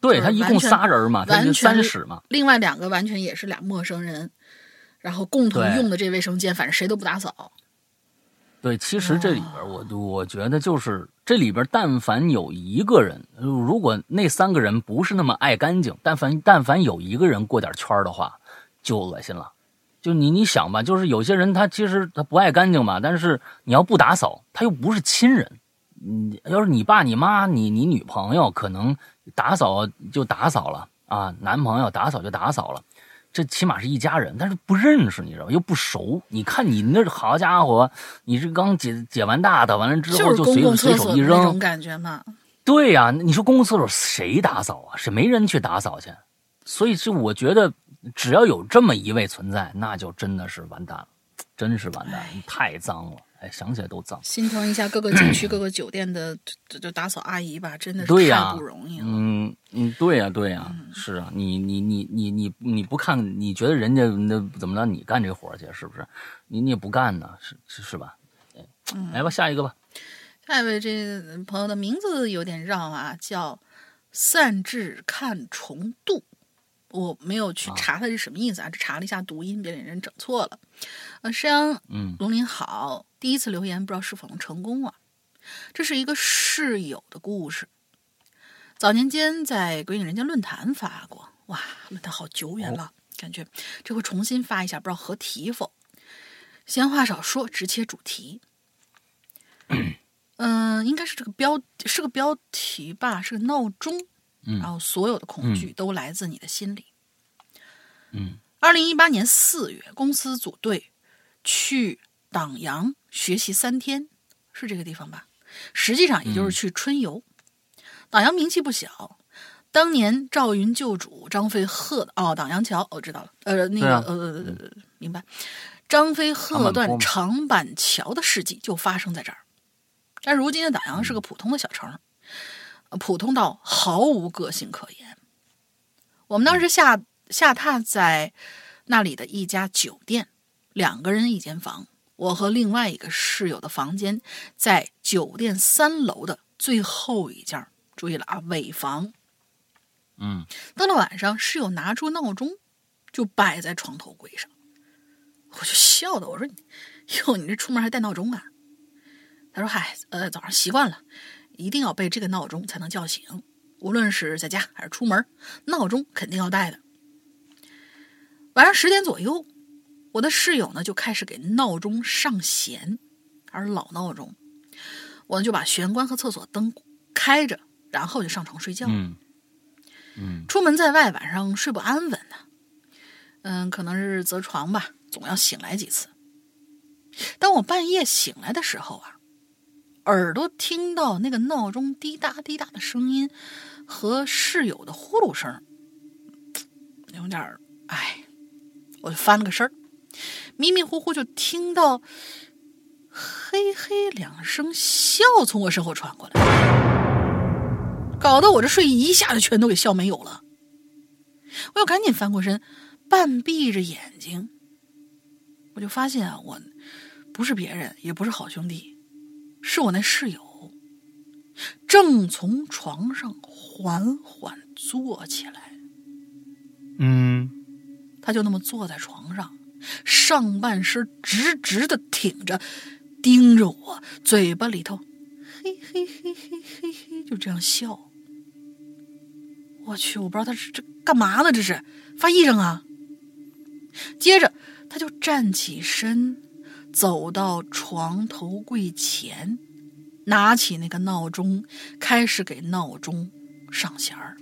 对他一共仨人嘛，他是三室嘛， 另外两个完全也是俩陌生人，然后共同用的这卫生间，反正谁都不打扫。 对，其实这里边我我觉得就是这里边，但凡有一个人，如果那三个人不是那么爱干净，但凡但凡有一个人过点圈的话，就恶心了。就你你想吧，就是有些人他其实他不爱干净嘛，但是你要不打扫，他又不是亲人。嗯，要是你爸你妈你你女朋友，可能打扫就打扫了啊，男朋友打扫就打扫了。这起码是一家人，但是不认识，你知道吧？又不熟。你看你那好家伙，你是刚解解完大的，完了之后就随随手一扔， 那种感觉嘛。 对呀、啊，你说公共厕所谁打扫啊？谁没人去打扫去？所以这我觉得，只要有这么一位存在，那就真的是完蛋了，真是完蛋了，太脏了。哎，想起来都脏， 心疼一下各个景区、各个酒店的就就打扫阿姨吧，真的是太不容易了。 嗯嗯，对呀、啊、对呀、啊嗯，是啊，你你你你你你不看，你觉得人家那怎么着你干这活去，是不是？你你也不干呢，是是是吧？嗯，来吧，下一个吧。 下一位这朋友的名字有点绕啊，叫散至看重度。我没有去查它是什么意思啊，只查了一下读音，别给人整错了。呃，山羊嗯， 龙鳞好，第一次留言不知道是否能成功啊。这是一个室友的故事，早年间在鬼影人间论坛发过，哇，论坛好久远了，哦、感觉这回重新发一下，不知道合题否。闲话少说，直切主题。嗯、呃，应该是这个标是个标题吧，是个闹钟。 嗯， 然后所有的恐惧都来自你的心里。 嗯， 二零一八年四月，公司组队去党阳学习三天，是这个地方吧？实际上也就是去春游。嗯、党阳名气不小，当年赵云救主张飞喝的哦，党阳桥我、哦、知道了，呃，那个、啊、呃、嗯，明白。张飞喝断长板桥的事迹就发生在这儿，但如今的党阳是个普通的小城。普通到毫无个性可言。我们当时下下榻在那里的一家酒店，两个人一间房，我和另外一个室友的房间在酒店三楼的最后一间，注意了啊，尾房。 嗯， 到了晚上，室友拿出闹钟就摆在床头柜上，我就笑的我说：“哟，你这出门还带闹钟啊？”他说：“嗨，呃，早上习惯了。”一定要被这个闹钟才能叫醒，无论是在家还是出门，闹钟肯定要带的。晚上十点左右，我的室友呢就开始给闹钟上弦，还是老闹钟，我就把玄关和厕所灯开着，然后就上床睡觉。 嗯嗯， 出门在外，晚上睡不安稳呢、啊。嗯，可能是择床吧，总要醒来几次。当我半夜醒来的时候啊。耳朵听到那个闹钟滴答滴答的声音和室友的呼噜声，有点哎，我就翻了个身儿，迷迷糊糊就听到嘿嘿两声笑从我身后传过来，搞得我这睡意一下就全都给笑没有了。我又赶紧翻过身，半闭着眼睛，我就发现啊，我不是别人，也不是好兄弟。是我那室友，正从床上缓缓坐起来。 嗯， 他就那么坐在床上，上半身直直的挺着，盯着我，嘴巴里头嘿嘿嘿嘿嘿嘿就这样笑。我去，我不知道他是这干嘛呢？这是发癔症啊！接着他就站起身，走到床头柜前，拿起那个闹钟，开始给闹钟上弦儿。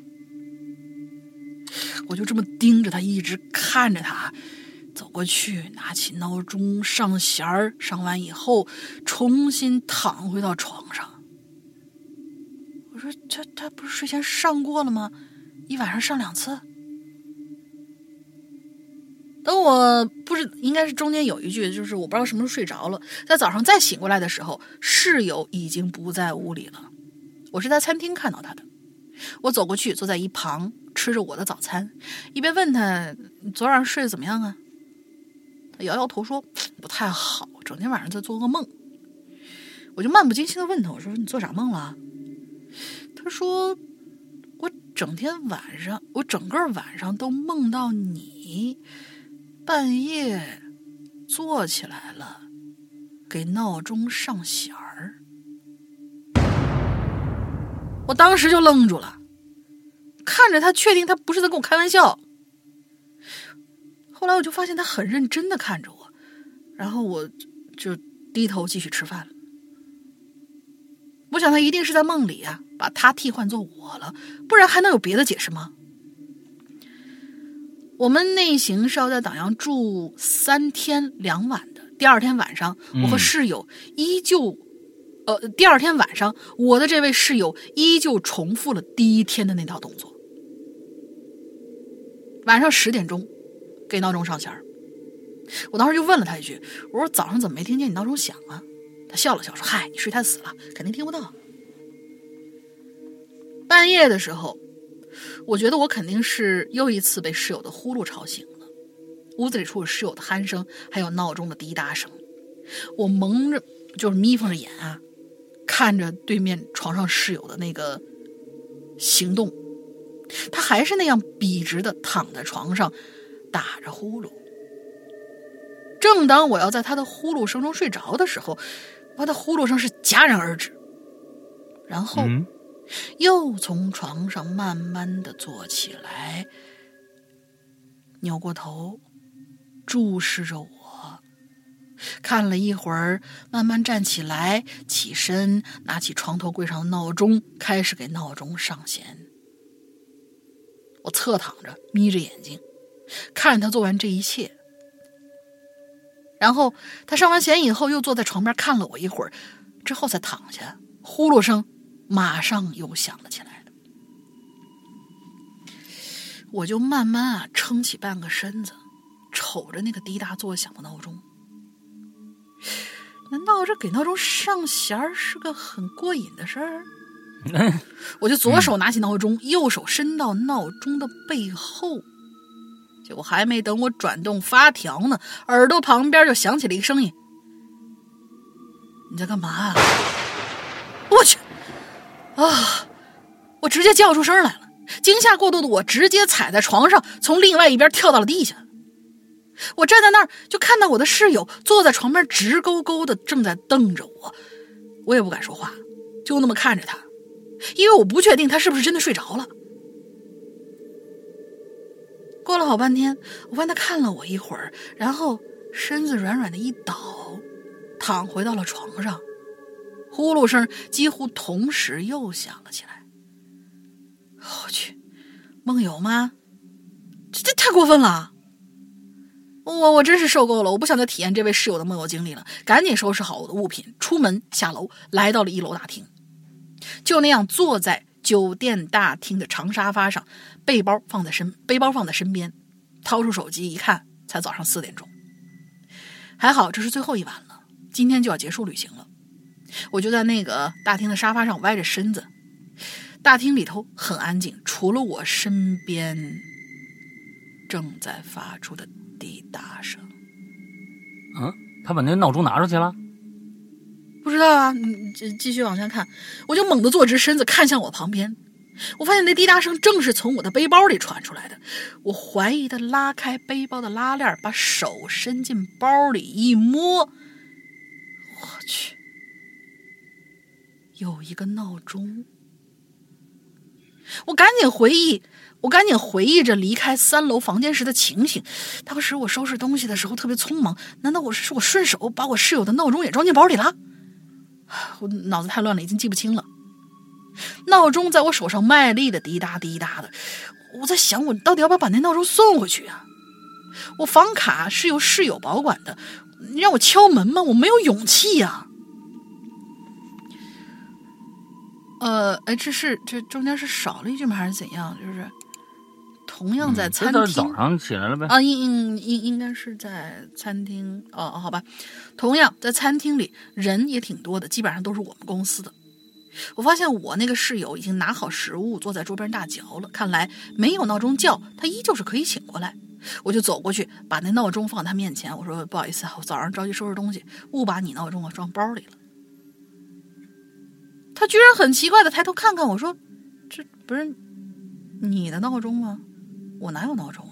我就这么盯着他，一直看着他，走过去拿起闹钟上弦儿，上完以后重新躺回到床上。我说这他不是睡前上过了吗？一晚上上两次。等我不是应该是中间有一句，就是我不知道什么时候睡着了，在早上再醒过来的时候，室友已经不在屋里了。我是在餐厅看到他的，我走过去坐在一旁吃着我的早餐，一边问他你昨晚上睡得怎么样啊？他摇摇头说不太好，整天晚上在做噩梦。我就漫不经心的问他，我说你做啥梦了？他说我整天晚上，我整个晚上都梦到你半夜坐起来了，给闹钟上弦儿。我当时就愣住了，看着他，确定他不是在跟我开玩笑。后来我就发现他很认真的看着我，然后我就低头继续吃饭了。我想他一定是在梦里啊，把他替换做我了，不然还能有别的解释吗？我们内行是要在党阳住三天两晚的。第二天晚上，我和室友依旧，嗯、呃，第二天晚上，我的这位室友依旧重复了第一天的那套动作。晚上十点钟，给闹钟上弦儿。我当时就问了他一句：“我说早上怎么没听见你闹钟响啊？”他笑了笑说：“嗨，你睡太死了，肯定听不到。”半夜的时候，我觉得我肯定是又一次被室友的呼噜吵醒了。屋子里除了室友的鼾声，还有闹钟的滴答声。我蒙着，就是眯缝着眼啊，看着对面床上室友的那个行动，他还是那样笔直的躺在床上，打着呼噜。正当我要在他的呼噜声中睡着的时候，他的呼噜声是戛然而止，然后又从床上慢慢的坐起来，扭过头注视着我，看了一会儿，慢慢站起来，起身拿起床头柜上的闹钟，开始给闹钟上弦。我侧躺着，眯着眼睛看着他做完这一切，然后他上完弦以后又坐在床边看了我一会儿，之后才躺下，呼噜声马上又响了起来。我就慢慢啊撑起半个身子，瞅着那个滴答作响的闹钟。难道这给闹钟上弦是个很过瘾的事儿？我就左手拿起闹钟，右手伸到闹钟的背后，结果还没等我转动发条呢，耳朵旁边就响起了一个声音：“你在干嘛啊？”我去啊！我直接叫出声来了。惊吓过度的我直接踩在床上，从另外一边跳到了地下。我站在那儿，就看到我的室友坐在床边，直勾勾的正在瞪着我。我也不敢说话，就那么看着他，因为我不确定他是不是真的睡着了。过了好半天，我发现他看了我一会儿，然后身子软软的一倒，躺回到了床上，呼噜声几乎同时又响了起来。我去，梦游吗？这这太过分了！我我真是受够了，我不想再体验这位室友的梦游经历了。赶紧收拾好我的物品，出门下楼，来到了一楼大厅。就那样坐在酒店大厅的长沙发上，背包放在身背包放在身边，掏出手机一看，才早上四点钟。还好这是最后一晚了，今天就要结束旅行了。我就在那个大厅的沙发上歪着身子。大厅里头很安静，除了我身边正在发出的滴答声。 嗯，他把那闹钟拿出去了？ 不知道啊，你继续往下看。我就猛地坐直身子，看向我旁边。我发现那滴答声正是从我的背包里传出来的。我怀疑的拉开背包的拉链，把手伸进包里一摸，我去，有一个闹钟。我赶紧回忆，我赶紧回忆着离开三楼房间时的情形。当时我收拾东西的时候特别匆忙，难道我是我顺手把我室友的闹钟也装进包里了？我脑子太乱了，已经记不清了。闹钟在我手上卖力的滴答滴答的，我在想我到底要不要把那闹钟送回去啊？我房卡是由室友保管的，你让我敲门吗？我没有勇气呀、啊。呃，哎，这是这中间是少了一句吗？还是怎样？就是同样在餐厅， 嗯、早上起来了呗？ 啊，应应应应该是在餐厅哦，好吧。同样在餐厅里人也挺多的，基本上都是我们公司的。我发现我那个室友已经拿好食物，坐在桌边大嚼了。看来没有闹钟叫，他依旧是可以醒过来。我就走过去，把那闹钟放他面前，我说：“不好意思啊，我早上着急收拾东西，误把你闹钟啊装包里了。”他居然很奇怪的抬头看看我说：“这不是你的闹钟吗？我哪有闹钟啊？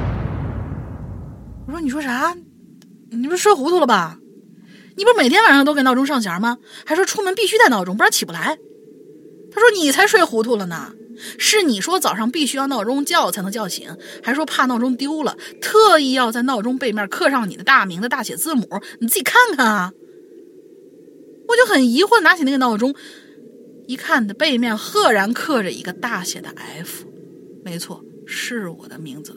我说你说啥？你不是睡糊涂了吧？你不是每天晚上都给闹钟上弦吗？还说出门必须带闹钟，不然起不来。他说你才睡糊涂了呢，是你说早上必须要闹钟叫才能叫醒，还说怕闹钟丢了，特意要在闹钟背面刻上你的大名的大写字母，你自己看看啊。我就很疑惑，拿起那个闹钟一看的背面赫然刻着一个大写的 F， 没错，是我的名字。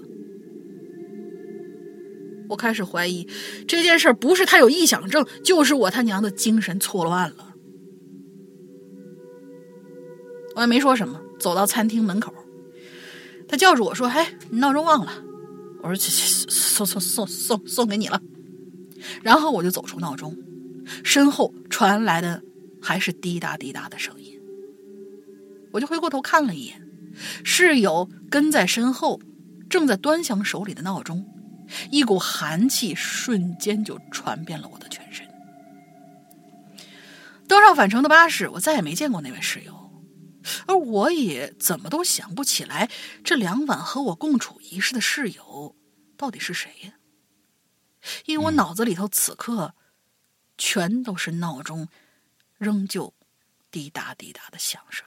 我开始怀疑这件事不是他有臆想症，就是我他娘的精神错乱了。我也没说什么，走到餐厅门口，他叫住我说：“哎，你闹钟忘了。”我说：“送送送送送给你了。”然后我就走出闹钟，身后传来的还是滴答滴答的声音。我就回过头看了一眼，室友跟在身后，正在端详手里的闹钟，一股寒气瞬间就传遍了我的全身。登上返程的巴士，我再也没见过那位室友。而我也怎么都想不起来，这两晚和我共处一室的室友到底是谁呀？因为我脑子里头此刻全都是闹钟仍旧滴答滴答的响声。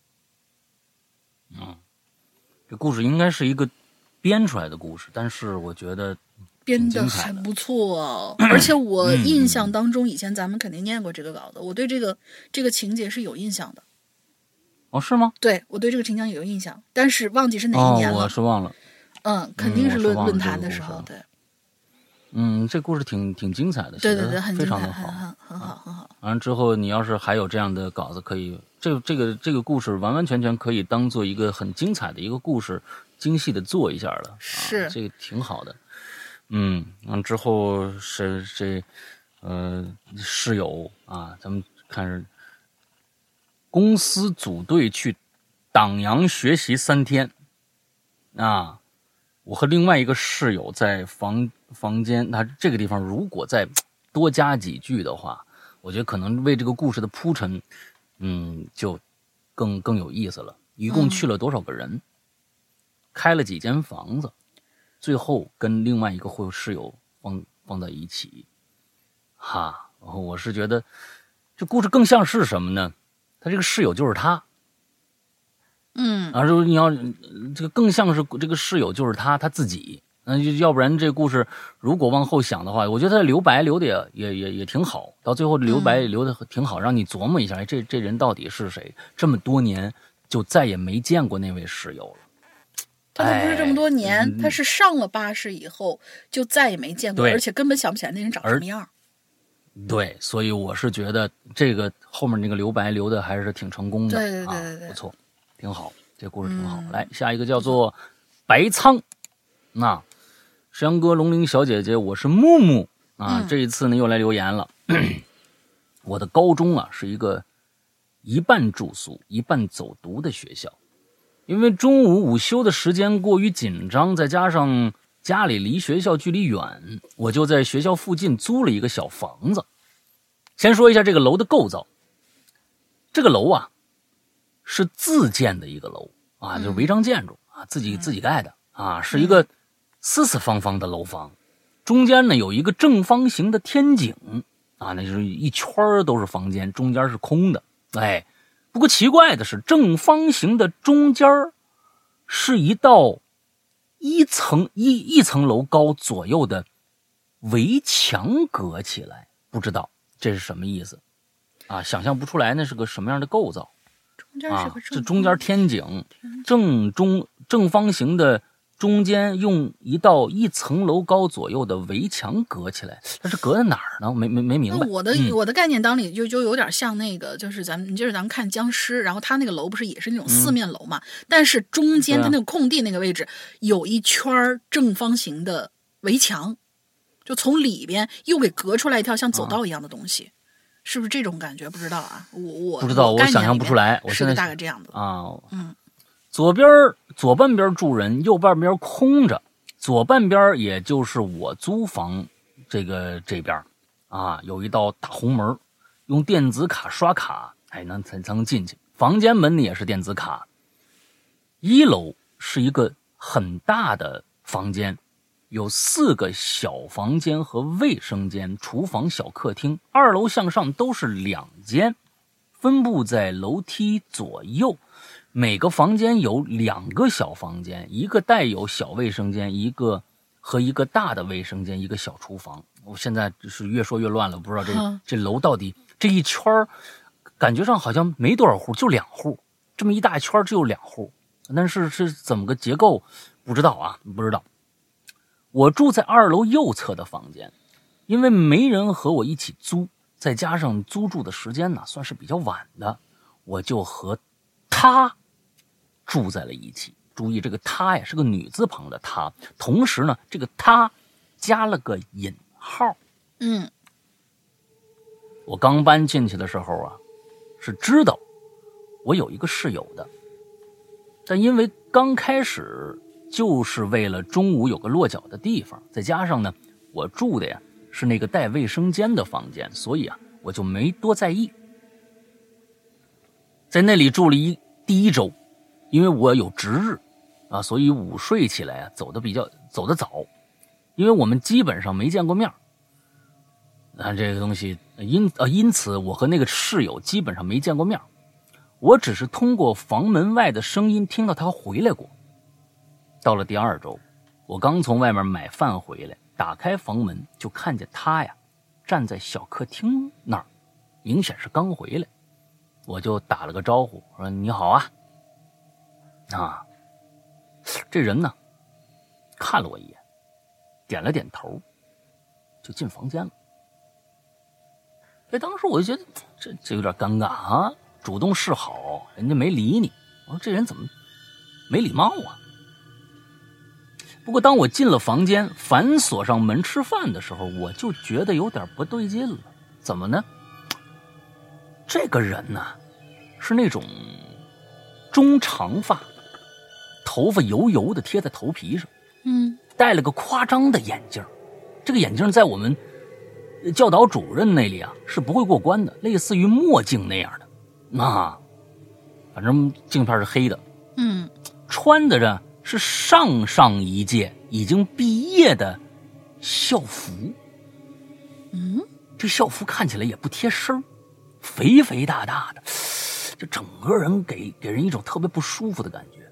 嗯，这故事应该是一个编出来的故事，但是我觉得编得还不错、哦，而且我印象当中，以前咱们肯定念过这个稿子，我对这个这个情节是有印象的。 哦，是吗？ 对，我对这个情景有印象，但是忘记是哪一年了。 哦、我是忘了。 嗯，肯定是论、 嗯、 论坛的时候，对。 嗯，这故事挺挺精彩的， 对对对，很非常的好，很很好，很好。 完了之后，你要是还有这样的稿子，可以，这这个这个故事完完全全可以当做一个很精彩的一个故事，精细的做一下了。 是， 啊、这个挺好的。嗯，完之后是这呃室友啊，咱们看是。公司组队去党阳学习三天，啊，我和另外一个室友在房房间，他这个地方如果再多加几句的话，我觉得可能为这个故事的铺陈，嗯，就更更有意思了。一共去了多少个人？嗯、开了几间房子，最后跟另外一个会室友放放在一起，哈，然后我是觉得这故事更像是什么呢？他这个室友就是他， 嗯， 啊，就是你要这个更像是这个室友就是他他自己，那就要不然这故事如果往后想的话，我觉得他留白留的也也也也挺好，到最后留白留的挺好，嗯、让你琢磨一下，这这人到底是谁？这么多年就再也没见过那位室友了。 他可不是这么多年，哎、他是上了巴士以后就再也没见过，而且根本想不起来那人长什么样。 对，所以我是觉得这个后面那个留白留的还是挺成功的， 对对对对对、 啊，不错，挺好，这故事挺好。嗯、来，下一个叫做白苍，那石阳哥、龙鳞小姐姐，我是木木啊，嗯、这一次呢又来留言了。我的高中啊是一个一半住宿一半走读的学校，因为中午午休的时间过于紧张，再加上家里离学校距离远，我就在学校附近租了一个小房子。先说一下这个楼的构造，这个楼啊是自建的一个楼啊，就是违章建筑啊，自己自己盖的啊，是一个四四方方的楼房，中间呢有一个正方形的天井啊，那就是一圈都是房间，中间是空的。哎，不过奇怪的是，正方形的中间是一道一层一一层楼高左右的围墙隔起来，不知道这是什么意思啊？想象不出来那是个什么样的构造。 中间是个啊，这中间天井，正中正方形的中间用一道一层楼高左右的围墙隔起来，它是隔在哪儿呢？没没没明白。 我的、 嗯、 我的概念当里就就有点像那个，就是咱们就是咱们看僵尸，然后它那个楼不是也是那种四面楼嘛？嗯、但是中间它那个空地那个位置、啊、有一圈正方形的围墙，就从里边又给隔出来一条像走道一样的东西。啊，是不是这种感觉？不知道啊，我我不知道，我想象不出来。我现在大概这样的啊， 嗯， 左边左半边住人，右半边空着。左半边也就是我租房这个这边啊，有一道大红门，用电子卡刷卡，哎，能才才能进去。房间门呢也是电子卡。一楼是一个很大的房间，有四个小房间和卫生间、厨房、小客厅，二楼向上都是两间，分布在楼梯左右。每个房间有两个小房间，一个带有小卫生间，一个和一个大的卫生间，一个小厨房。我现在是越说越乱了，不知道这、嗯、这楼到底这一圈感觉上好像没多少户，就两户，这么一大圈只有两户，但是是怎么个结构不知道啊，不知道。我住在二楼右侧的房间，因为没人和我一起租，再加上租住的时间呢算是比较晚的，我就和他住在了一起。注意这个他呀是个女字旁的他，同时呢这个他加了个引号。 嗯， 我刚搬进去的时候啊是知道我有一个室友的，但因为刚开始就是为了中午有个落脚的地方，再加上呢我住的呀是那个带卫生间的房间，所以啊我就没多在意。在那里住了一第一周，因为我有值日啊，所以午睡起来啊走得比较走得早，因为我们基本上没见过面。那这个东西因呃因此我和那个室友基本上没见过面，我只是通过房门外的声音听到他回来过。到了第二周，我刚从外面买饭回来，打开房门就看见他呀站在小客厅那儿，明显是刚回来。我就打了个招呼，说你好啊。啊，这人呢看了我一眼，点了点头，就进房间了。哎，当时我就觉得这这有点尴尬啊，主动示好，人家没理你，我说这人怎么没礼貌啊？不过当我进了房间，反锁上门吃饭的时候，我就觉得有点不对劲了。怎么呢？这个人呢是那种中长发，头发油油的贴在头皮上， 嗯， 戴了个夸张的眼镜，这个眼镜在我们教导主任那里啊是不会过关的，类似于墨镜那样的，那反正镜片是黑的， 嗯， 穿的着是上上一届已经毕业的校服， 嗯， 这校服看起来也不贴身，肥肥大大的，就整个人给给人一种特别不舒服的感觉。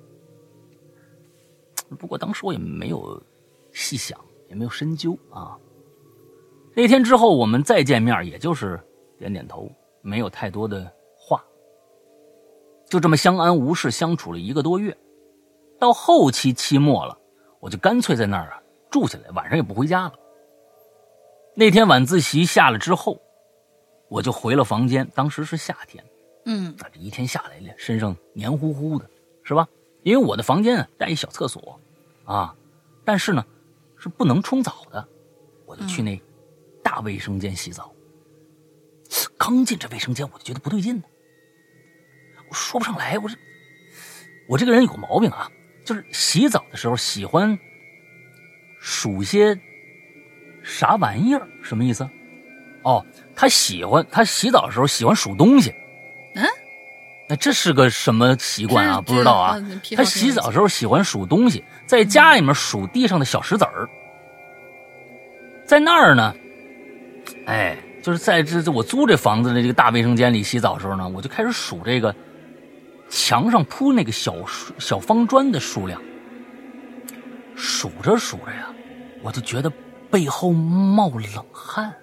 不过当时我也没有细想，也没有深究啊。那天之后我们再见面，也就是点点头，没有太多的话，就这么相安无事相处了一个多月。到后期期末了，我就干脆在那儿啊住下来，晚上也不回家了。那天晚自习下了之后，我就回了房间，当时是夏天， 嗯， 这一天下来了，身上黏糊糊的，是吧？因为我的房间啊带一小厕所啊，但是呢是不能冲澡的，我就去那大卫生间洗澡。刚进这卫生间我就觉得不对劲呢，我说不上来，我这我这个人有个毛病啊，就是洗澡的时候喜欢数些啥玩意儿。什么意思？哦，他喜欢他洗澡的时候喜欢数东西。 嗯， 那这是个什么习惯啊？不知道啊。他洗澡的时候喜欢数东西，在家里面数地上的小石子儿。在那儿呢，哎，就是在这我租这房子的这个大卫生间里洗澡的时候呢，我就开始数这个墙上铺那个小小方砖的数量。数着数着呀，我就觉得背后冒冷汗。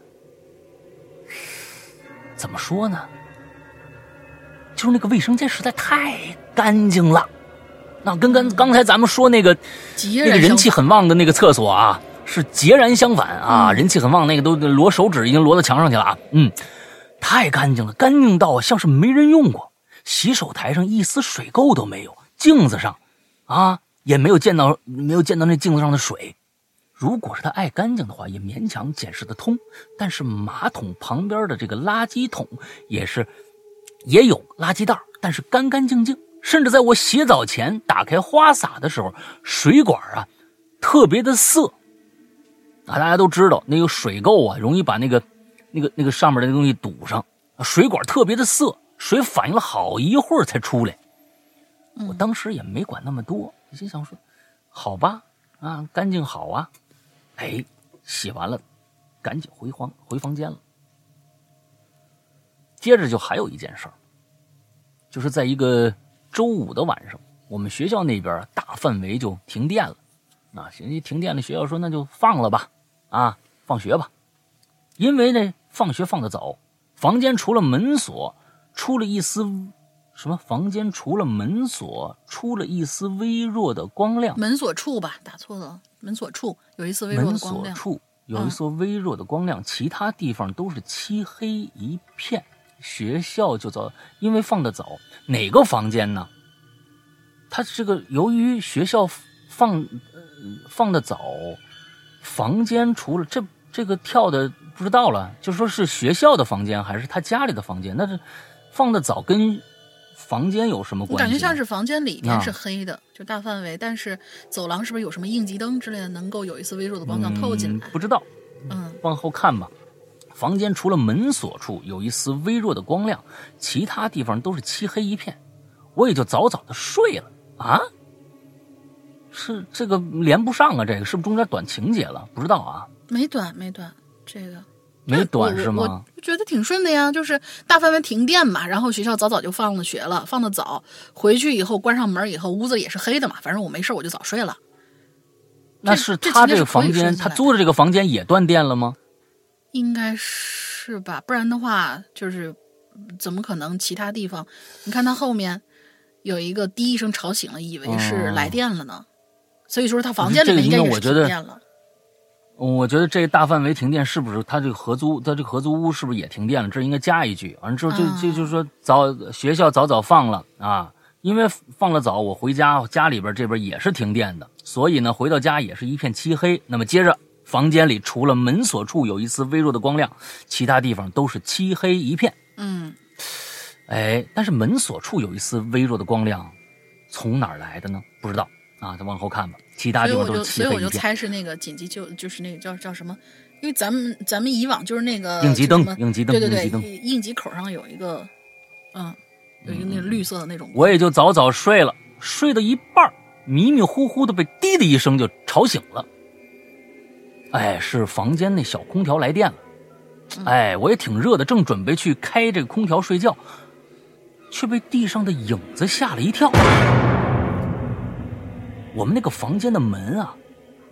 怎么说呢？就是那个卫生间实在太干净了，那跟跟刚才咱们说那个那个人气很旺的那个厕所啊，是截然相反啊！嗯、人气很旺那个都摞手指已经摞到墙上去了啊，嗯，太干净了，干净到像是没人用过。洗手台上一丝水垢都没有，镜子上啊也没有见到没有见到那镜子上的水。如果是他爱干净的话，也勉强解释得通。但是马桶旁边的这个垃圾桶也是也有垃圾袋，但是干干净净。甚至在我洗澡前打开花洒的时候，水管啊特别的涩啊，大家都知道那个水垢啊容易把那个那个那个上面的那个东西堵上，水管特别的涩，水反应了好一会儿才出来。我当时也没管那么多， 心想说，好吧，啊，干净好啊，哎，洗完了，赶紧回房回房间了。接着就还有一件事儿，就是在一个周五的晚上，我们学校那边大范围就停电了。啊，一停电的学校说那就放了吧，啊，放学吧。因为呢，放学放得早，房间除了门锁出了一丝什么？房间除了门锁出了一丝微弱的光亮。 门锁处吧，打错了，门锁处有一丝微弱的光亮。 门锁处有一丝微弱的光亮，嗯、其他地方都是漆黑一片。学校就早，因为放得早，哪个房间呢？他这个由于学校放、呃、放得早，房间除了这这个跳的不知道了，就说是学校的房间还是他家里的房间？那是放得早跟房间有什么关系？ 我感觉像是房间里边是黑的，啊、就大范围，但是走廊是不是有什么应急灯之类的，能够有一丝微弱的光亮透进来？ 嗯、不知道， 嗯， 往后看吧。房间除了门锁处有一丝微弱的光亮，其他地方都是漆黑一片。我也就早早的睡了啊。是这个连不上啊，这个是不是中间短情节了？不知道啊。 没短，没短，这个没短是吗？ 我我觉得挺顺的呀，就是大范围停电嘛，然后学校早早就放了学了，放得早，回去以后关上门以后，屋子也是黑的嘛，反正我没事我就早睡了。 那是他这个房间，他租的这个房间也断电了吗？ 应该是吧，不然的话就是怎么可能其他地方？你看他后面有一个滴一声吵醒了，以为是来电了呢。哦、所以说他房间里面应该也是停电了。 我觉得这大范围停电是不是他这个合租，他这个合租屋是不是也停电了？这应该加一句，完了之后就这就是说早学校早早放了啊，因为放了早，我回家家里边这边也是停电的，所以呢回到家也是一片漆黑。那么接着房间里除了门锁处有一丝微弱的光亮，其他地方都是漆黑一片。 嗯， 哎，但是门锁处有一丝微弱的光亮，从哪儿来的呢？不知道啊，再往后看吧。其他地方都是漆黑一片。 所以我就猜是那个紧急救，就是那个叫叫什么？因为咱们咱们以往就是那个应急灯，应急灯， 对对对， 应急灯， 应急口上有一个，嗯，有一个那个绿色的那种。 我也就早早睡了，睡到一半，迷迷糊糊的被滴的一声就吵醒了。哎，是房间那小空调来电了。哎，我也挺热的，正准备去开这个空调睡觉，却被地上的影子吓了一跳。我们那个房间的门啊，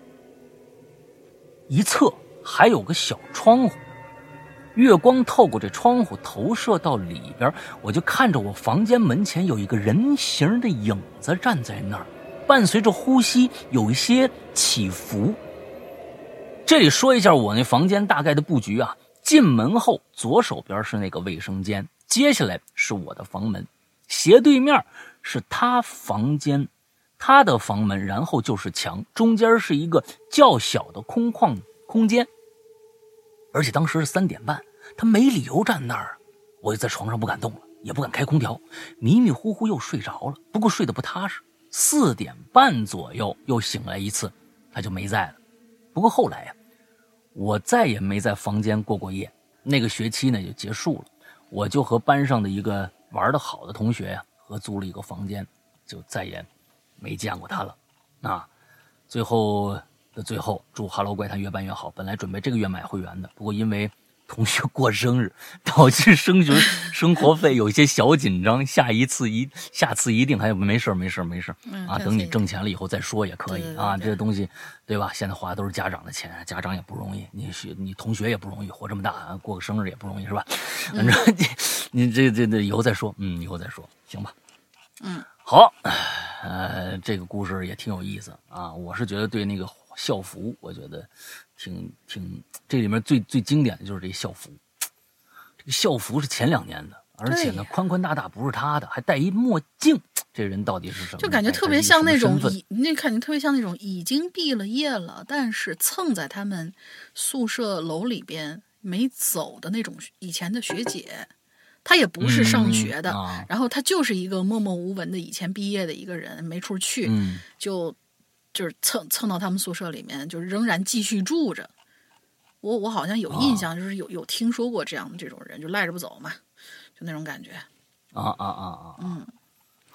一侧还有个小窗户，月光透过这窗户投射到里边，我就看着我房间门前有一个人形的影子站在那儿，伴随着呼吸有一些起伏。这里说一下我那房间大概的布局啊，进门后左手边是那个卫生间，接下来是我的房门，斜对面是他房间，他的房门，然后就是墙，中间是一个较小的空旷空间。而且当时是三点半，他没理由站那儿，我就在床上不敢动了，也不敢开空调，迷迷糊糊又睡着了，不过睡得不踏实。四点半左右又醒来一次，他就没在了。不过后来呀、啊，我再也没在房间过过夜。那个学期呢就结束了，我就和班上的一个玩得好的同学呀、啊、合租了一个房间，就再也没见过他了。啊，最后的最后，祝哈喽怪谈越办越好。本来准备这个月买会员的，不过因为同学过生日，导致升学生活费有些小紧张。下一次一下次一定还有没事没事没事啊，等你挣钱了以后再说也可以啊。这个东西对吧？现在花的都是家长的钱，家长也不容易，你学你同学也不容易，活这么大过个生日也不容易是吧？反正你你这这这以后再说，嗯，以后再说，行吧？ 嗯， 好，呃，这个故事也挺有意思啊。我是觉得对那个校服，我觉得挺挺，这里面最最经典的就是这校服。这个校服是前两年的，而且呢宽宽大大，不是他的，还戴一墨镜。这人到底是什么？ 就感觉特别像那种已，那感觉特别像那种已经毕了业了，但是蹭在他们宿舍楼里边没走的那种以前的学姐。他也不是上学的、 嗯啊、 然后他就是一个默默无闻的以前毕业的一个人，没处去、 嗯、 就就是蹭蹭到他们宿舍里面，就仍然继续住着。我我好像有印象，就是有、啊、有听说过这样的这种人，就赖着不走嘛，就那种感觉。 啊啊啊啊！ 嗯，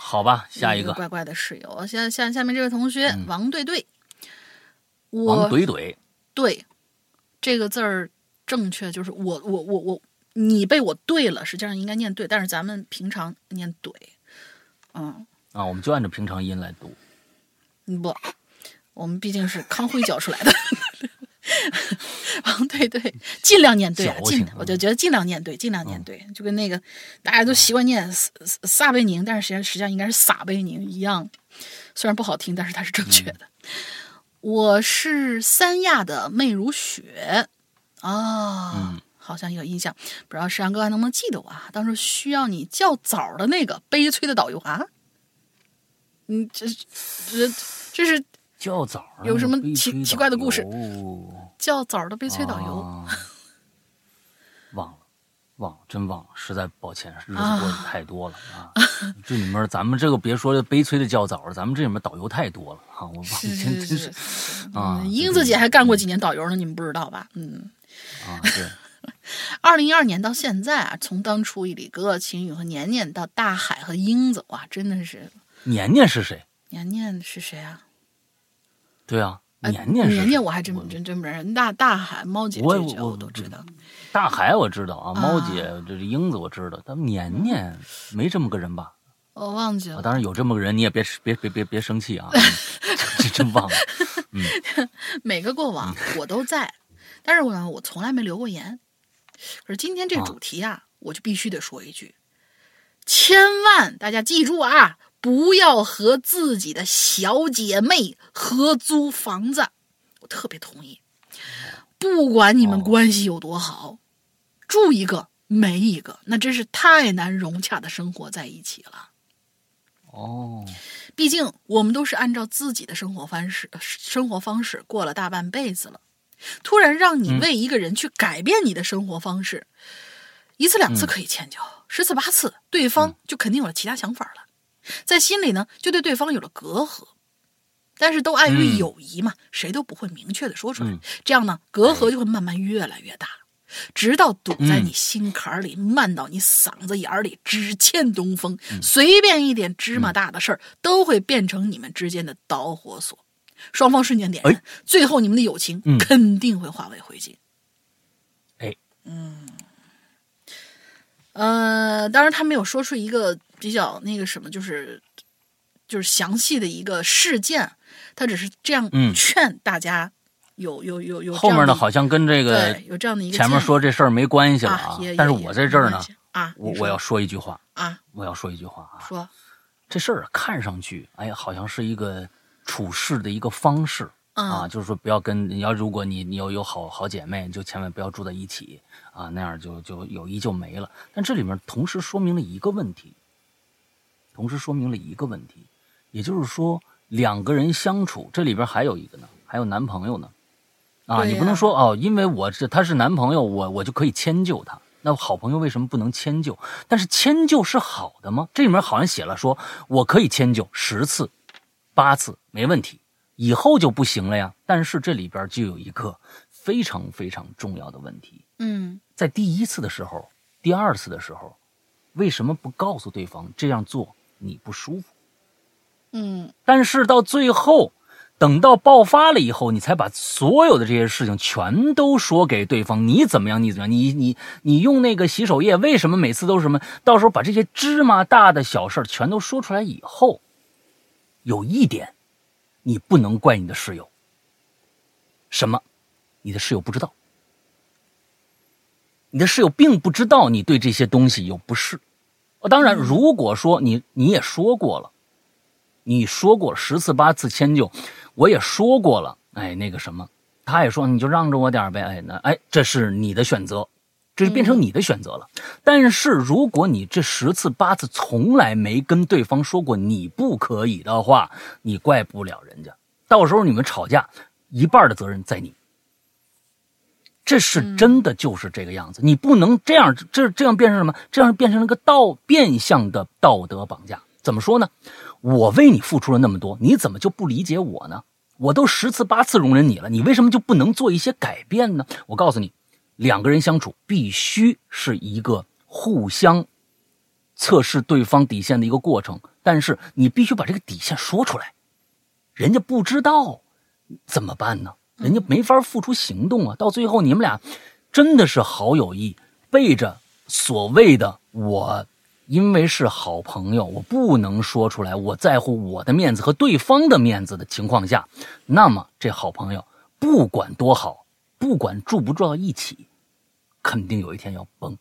好吧，下一个怪怪的室友。下下下面这位同学、嗯、王对对， 王怼怼， 对这个字儿正确就是我我我我你被我对了，实际上应该念对，但是咱们平常念怼，嗯啊，我们就按照平常音来读。 不，我们毕竟是康辉教出来的。王对对，尽量念对啊，尽我就觉得尽量念对，尽量念对，嗯、就跟那个大家都习惯念撒贝宁，但是实际上实际上应该是撒贝宁一样，虽然不好听，但是它是正确的。嗯、我是三亚的媚如雪啊。哦嗯好像有印象，不知道石阳哥还能不能记得我啊？当时需要你叫早的那个悲催的导游啊，嗯，这这这是叫早有什么奇奇怪的故事？叫早的悲催导游， 啊、忘了，忘了，真忘了，实在抱歉，日子过得太多了啊！啊这里面咱们这个别说悲催的叫早了，咱们这里面导游太多了啊！我忘了，真真是啊！ 英子姐还干过几年导游呢，你们不知道吧？嗯， 啊，对。 二零一二年到现在啊，从当初李哥、秦宇和年年到大海和英子，哇，真的是。 年年是谁？ 年年是谁啊？ 对啊，年年是谁、 呃、年年我还真真真不认识。大大海、猫姐这些我都知道。 大海我知道啊，猫姐这是英子我知道，但年年没这么个人吧？ 我忘记了。 啊、当然有这么个人，你也别别别别别生气啊！这真忘了。嗯， 每个过往我都在，但是我我从来没留过言。可是今天这个主题啊，啊我就必须得说一句，千万大家记住啊，不要和自己的小姐妹合租房子。我特别同意，不管你们关系有多好，哦、住一个没一个，那真是太难融洽的生活在一起了。 哦， 毕竟我们都是按照自己的生活方式生活方式过了大半辈子了。突然让你为一个人去改变你的生活方式，嗯、一次两次可以迁就，嗯、十次八次，对方就肯定有了其他想法了，嗯、在心里呢就对对方有了隔阂，但是都碍于友谊嘛，嗯、谁都不会明确的说出来，嗯、这样呢隔阂就会慢慢越来越大，直到堵在你心坎里，嗯、漫到你嗓子眼里，只欠东风，嗯、随便一点芝麻大的事儿，嗯、都会变成你们之间的导火索。双方瞬间点燃，哎、最后你们的友情肯定会化为灰烬。 哎， 嗯，呃，当然他没有说出一个比较那个什么，就是就是详细的一个事件，他只是这样劝大家有、嗯、有有有后面呢，好像跟这个有这样的一个前面说这事儿没关系了啊。 啊但是我在这儿呢啊， 我我要说一句话啊， 我要说一句话啊， 说这事儿看上去，哎呀，好像是一个。处事的一个方式、嗯、啊，就是说不要跟你要，如果你你有有好好姐妹，就千万不要住在一起啊，那样就就友谊就没了。但这里面同时说明了一个问题，同时说明了一个问题，也就是说两个人相处，这里边还有一个呢，还有男朋友呢，啊，啊你不能说哦，因为我是他是男朋友，我我就可以迁就他。那好朋友为什么不能迁就？但是迁就是好的吗？这里面好像写了说，我可以迁就十次。八次没问题，以后就不行了呀。但是这里边就有一个非常非常重要的问题， 嗯， 在第一次的时候，第二次的时候，为什么不告诉对方这样做你不舒服？ 嗯， 但是到最后，等到爆发了以后，你才把所有的这些事情全都说给对方，你怎么样？你怎么样？你你你用那个洗手液，为什么每次都是什么？到时候把这些芝麻大的小事全都说出来以后。有一点，你不能怪你的室友。什么？你的室友不知道，你的室友并不知道你对这些东西有不适。哦，当然，如果说你你也说过了，你说过十次八次迁就，我也说过了，哎，那个什么，他也说你就让着我点呗，哎，那哎，这是你的选择。这就变成你的选择了。嗯、但是如果你这十次八次从来没跟对方说过你不可以的话，你怪不了人家。到时候你们吵架，一半的责任在你。这是真的就是这个样子。嗯、你不能这样，这这样变成什么？这样变成了个道变相的道德绑架。怎么说呢？我为你付出了那么多，你怎么就不理解我呢？我都十次八次容忍你了，你为什么就不能做一些改变呢？我告诉你。两个人相处必须是一个互相测试对方底线的一个过程， 但是你必须把这个底线说出来，人家不知道怎么办呢？人家没法付出行动啊！到最后你们俩真的是好友谊，背着所谓的我因为是好朋友，我不能说出来，我在乎我的面子和对方的面子的情况下，那么这好朋友不管多好，不管住不住到一起，肯定有一天要崩，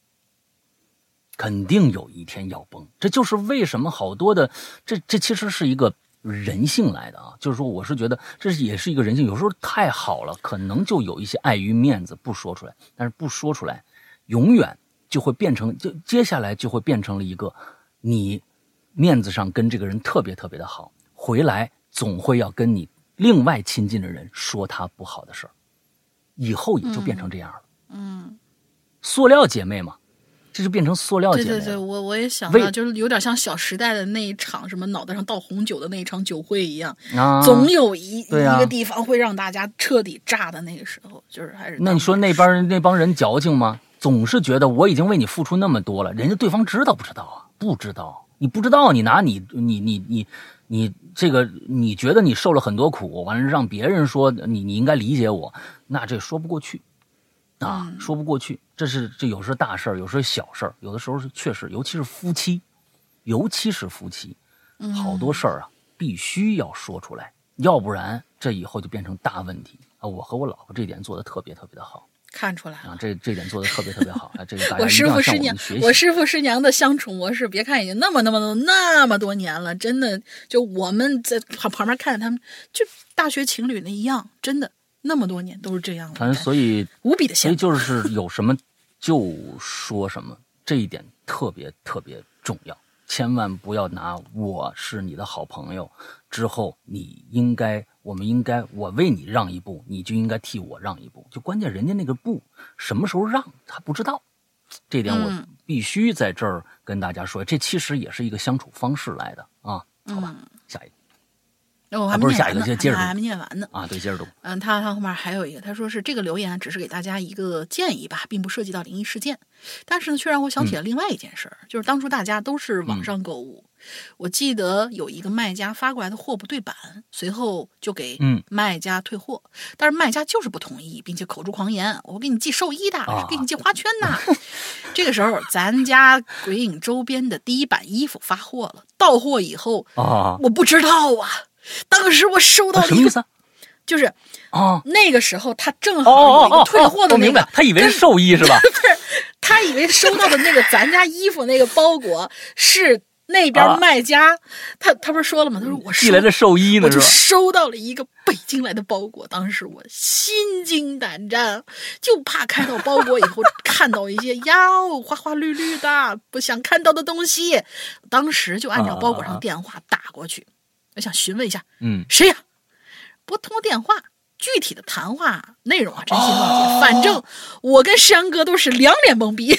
肯定有一天要崩。这就是为什么好多的这这其实是一个人性来的啊，就是说我是觉得这也是一个人性，有时候太好了可能就有一些碍于面子不说出来，但是不说出来永远就会变成，就接下来就会变成了一个你面子上跟这个人特别特别的好，回来总会要跟你另外亲近的人说他不好的事儿，以后也就变成这样了。 嗯，嗯塑料姐妹嘛，这就变成塑料姐妹了。 对对对，我我也想到，就是有点像《小时代》的那一场什么脑袋上倒红酒的那一场酒会一样，啊、总有一、啊、一个地方会让大家彻底炸的那个时候，就是还是。 那你说那帮那帮人矫情吗？总是觉得我已经为你付出那么多了，人家对方知道不知道啊？不知道，你不知道，你拿你你你你你这个，你觉得你受了很多苦，完了让别人说你你应该理解我，那这说不过去啊，说不过去。这是这有时候大事儿，有时候小事儿，有的时候是确实，尤其是夫妻，尤其是夫妻，好多事儿啊必须要说出来，要不然这以后就变成大问题啊！我和我老婆这点做的特别特别的好。 看出来了， 啊，这这点做的特别特别好啊！这个大家我师傅师娘，我师傅师娘的相处模式，别看已经那么那么那么多年了，真的就我们在旁旁边看着他们，就大学情侣那一样，真的那么多年都是这样的。 反正所以无比的像， 所以就是有什么就说什么，这一点特别特别重要，千万不要拿我是你的好朋友之后，你应该。我们应该，我为你让一步，你就应该替我让一步。就关键人家那个步什么时候让，他不知道。这点我必须在这儿跟大家说，嗯、这其实也是一个相处方式来的啊。好吧，嗯、下一个。 那、哦、我还不是下一个，接着还没念完呢啊！对，接着读。 嗯，他他后面还有一个，他说是这个留言只是给大家一个建议吧，并不涉及到灵异事件，但是呢，却让我想起了另外一件事儿，嗯、就是当初大家都是网上购物，嗯、我记得有一个卖家发过来的货不对版，随后就给卖家退货，嗯、但是卖家就是不同意，并且口出狂言，我给你寄寿衣的，啊、给你寄花圈的。这个时候，咱家鬼影周边的第一版衣服发货了，到货以后， 啊、 我不知道啊。当时我收到了一个， 什么意思？ 就是哦， 那个时候他正好有一个退货的那个， 我明白，他以为是寿衣是吧？ 不是，他以为收到的那个咱家衣服那个包裹是那边卖家，啊、他他不是说了吗？他说我寄来的寿衣呢， 我就收到了一个北京来的包裹，当时我心惊胆战，就怕开到包裹以后看到一些呀花花绿绿的不想看到的东西，当时就按照包裹上电话打过去。啊我想询问一下， 嗯， 谁呀？拨通电话，具体的谈话内容啊，真心忘记。哦、反正我跟山哥都是两脸懵逼。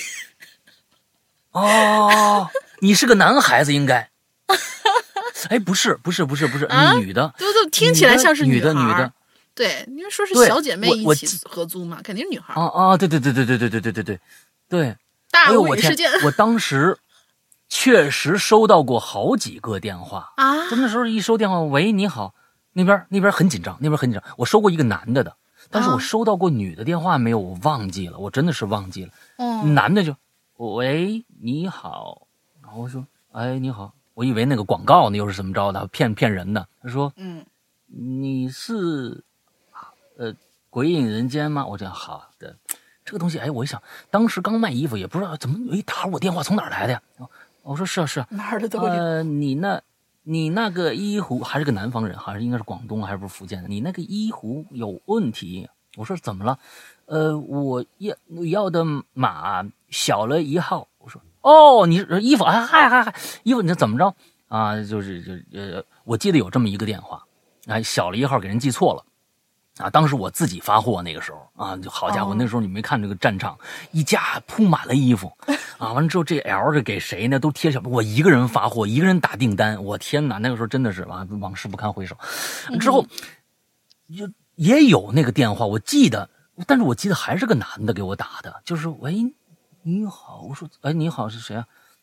哦，你是个男孩子应该。哎，不是，不是，不是，不是， 啊、 女的， 都都听起来像是女的，女的。 对，因为说是小姐妹一起合租嘛，肯定是女孩。 啊啊，对对对对对对对对对对对。 大无语事件。 我当时。确实收到过好几个电话啊！ 就那时候一收电话，喂，你好，那边那边很紧张，那边很紧张。我收过一个男的的，但是我收到过女的电话没有？我忘记了，我真的是忘记了。 嗯， 男的就，喂，你好，然后我说，哎，你好，我以为那个广告呢又是怎么着的，骗骗人的。他说， 嗯， 你是呃鬼影人间吗？我讲好的，这个东西，哎，我一想，当时刚卖衣服，也不知道怎么哎打我电话从哪儿来的呀？我说是啊是啊， 哪儿的都有。 呃，你那，你那个衣服还是个南方人，还是应该是广东，还是不是福建的？你那个衣服有问题。我说怎么了？呃，我要要的码小了一号。我说哦，你衣服啊，嗨嗨嗨，衣服你怎么着啊？就是就呃，我记得有这么一个电话，哎，小了一号给人记错了。啊，当时我自己发货那个时候啊，就好家伙， oh. 那时候你没看这个战场，一架铺满了衣服，啊，完了之后这 L 是给谁呢？都贴小，我一个人发货，一个人打订单，我天哪，那个时候真的是啊，往事不堪回首。之后就也有那个电话，我记得，但是我记得还是个男的给我打的，就是喂，你好，我说哎你好是谁啊？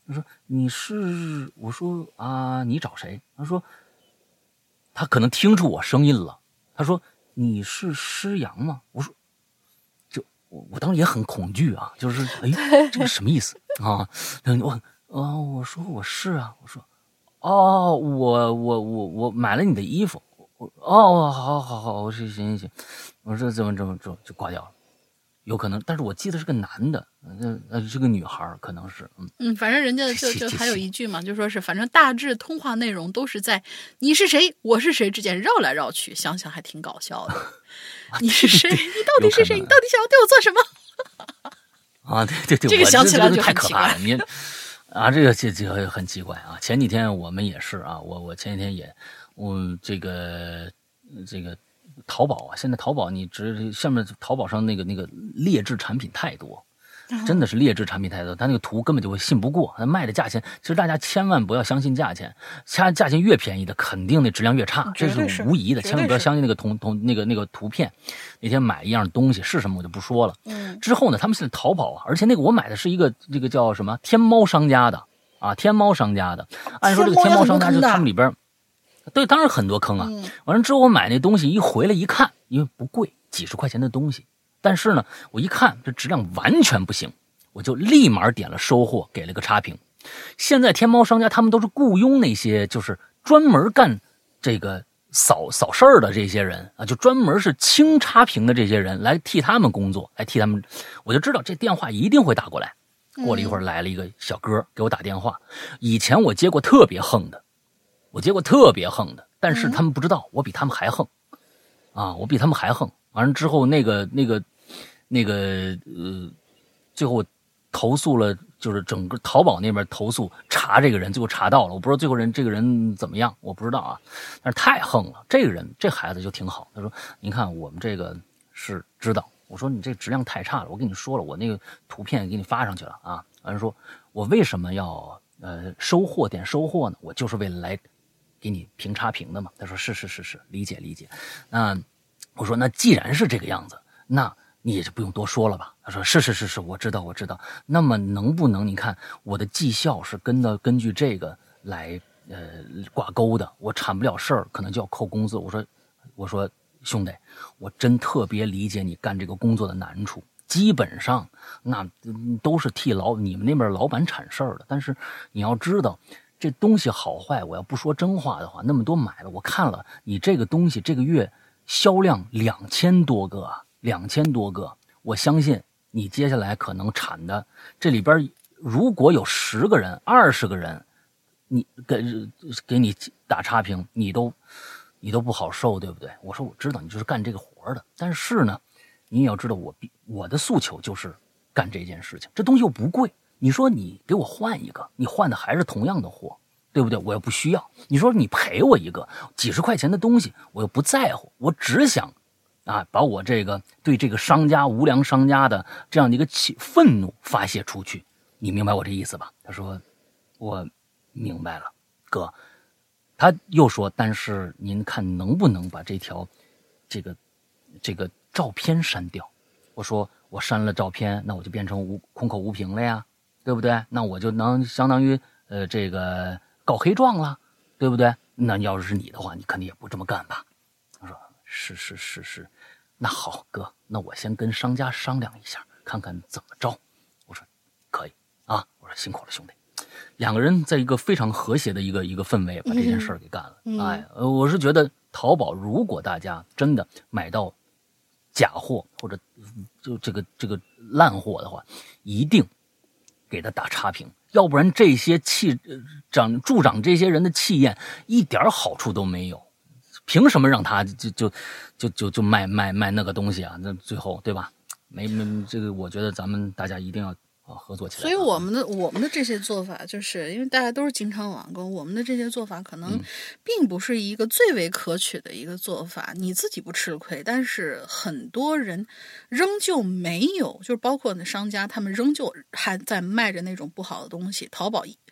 他说你是，我说啊，你找谁？他说他可能听出我声音了，他说你是施阳吗？我说就我我当时也很恐惧啊，就是哎这个什么意思啊？我啊、哦、我说我是啊，我说哦我我我我买了你的衣服，我哦好好好，我说行行行，我说这么这么这么就挂掉了。有可能，但是我记得是个男的，呃呃是个女孩，可能是，嗯嗯，反正人家就就还有一句嘛，就说是反正大致通话内容都是在你是谁，我是谁之间绕来绕去，想想还挺搞笑的。你是谁？你到底是谁？你到底想要对我做什么？ 啊，对对对， 这个想起来就太可怕了，你啊，这个这这个很奇怪啊。前几天我们也是啊，我我前几天也，我这个这个。淘宝啊，现在淘宝你只上面淘宝上那个那个劣质产品太多，真的是劣质产品太多，他那个图根本就会信不过，他卖的价钱，其实大家千万不要相信价钱，价价钱越便宜的肯定那质量越差，这是无疑的，千万不要相信那个同同那个那个图片。那天买一样东西是什么我就不说了。 嗯， 之后呢，他们现在淘宝啊，而且那个我买的是一个这个叫什么天猫商家的啊，天猫商家的，按说这个天猫商家就他们里边。对，当然很多坑啊。完了之后，我买那东西一回来一看，因为不贵，几十块钱的东西，但是呢，我一看这质量完全不行，我就立马点了收货，给了个差评。现在天猫商家他们都是雇佣那些就是专门干这个扫扫事儿的这些人啊，就专门是清差评的这些人来替他们工作，来替他们，我就知道这电话一定会打过来。过了一会儿，来了一个小哥给我打电话，以前我接过特别横的。我接过特别横的，但是他们不知道我比他们还横，啊，我比他们还横。完了之后，那个那个那个呃，最后投诉了，就是整个淘宝那边投诉查这个人，最后查到了，我不知道最后人这个人怎么样，我不知道啊，但是太横了。这个人这孩子就挺好，他说：“您看我们这个是知道。”我说：“你这质量太差了，我跟你说了，我那个图片给你发上去了啊。”完了说：“我为什么要呃收货点收货呢？我就是为了来。”给你评差评的嘛？他说是是是是，理解理解。那我说那既然是这个样子，那你也就不用多说了吧？他说是是是是，我知道我知道。那么能不能你看我的绩效是跟的根据这个来呃挂钩的？我产不了事儿，可能就要扣工资。我说我说兄弟，我真特别理解你干这个工作的难处。基本上那都是替老你们那边老板铲事儿的，但是你要知道。这东西好坏，我要不说真话的话，那么多买了，我看了你这个东西这个月销量两千多个，两千多个，我相信你接下来可能产的这里边，如果有十个人、二十个人，你给给你打差评，你都你都不好受，对不对？我说我知道你就是干这个活的，但是呢，你也要知道我我的诉求就是干这件事情，这东西又不贵。你说你给我换一个，你换的还是同样的货，对不对？我又不需要。你说你赔我一个几十块钱的东西，我又不在乎，我只想啊，把我这个对这个商家无良商家的这样的一个气愤怒发泄出去。你明白我这意思吧？他说我明白了，哥。他又说，但是您看能不能把这条这个这个照片删掉？我说我删了照片，那我就变成无空口无凭了呀。对不对？那我就能相当于呃这个告黑状了，对不对？那要是你的话，你肯定也不这么干吧？他说是是是是，那好哥，那我先跟商家商量一下，看看怎么着。我说可以啊，我说辛苦了兄弟。两个人在一个非常和谐的一个一个氛围把这件事儿给干了。嗯、哎，呃，我是觉得淘宝如果大家真的买到假货或者就这个这个烂货的话，一定。给他打差评，要不然这些气长助长这些人的气焰一点好处都没有，凭什么让他就就就就就卖卖卖那个东西啊？那最后对吧？没没这个，我觉得咱们大家一定要啊合作起来。 所以我们的我们的这些做法，就是因为大家都是经常网购，我们的这些做法可能并不是一个最为可取的一个做法。嗯、你自己不吃亏，但是很多人仍旧没有，就是包括那商家，他们仍旧还在卖着那种不好的东西。淘宝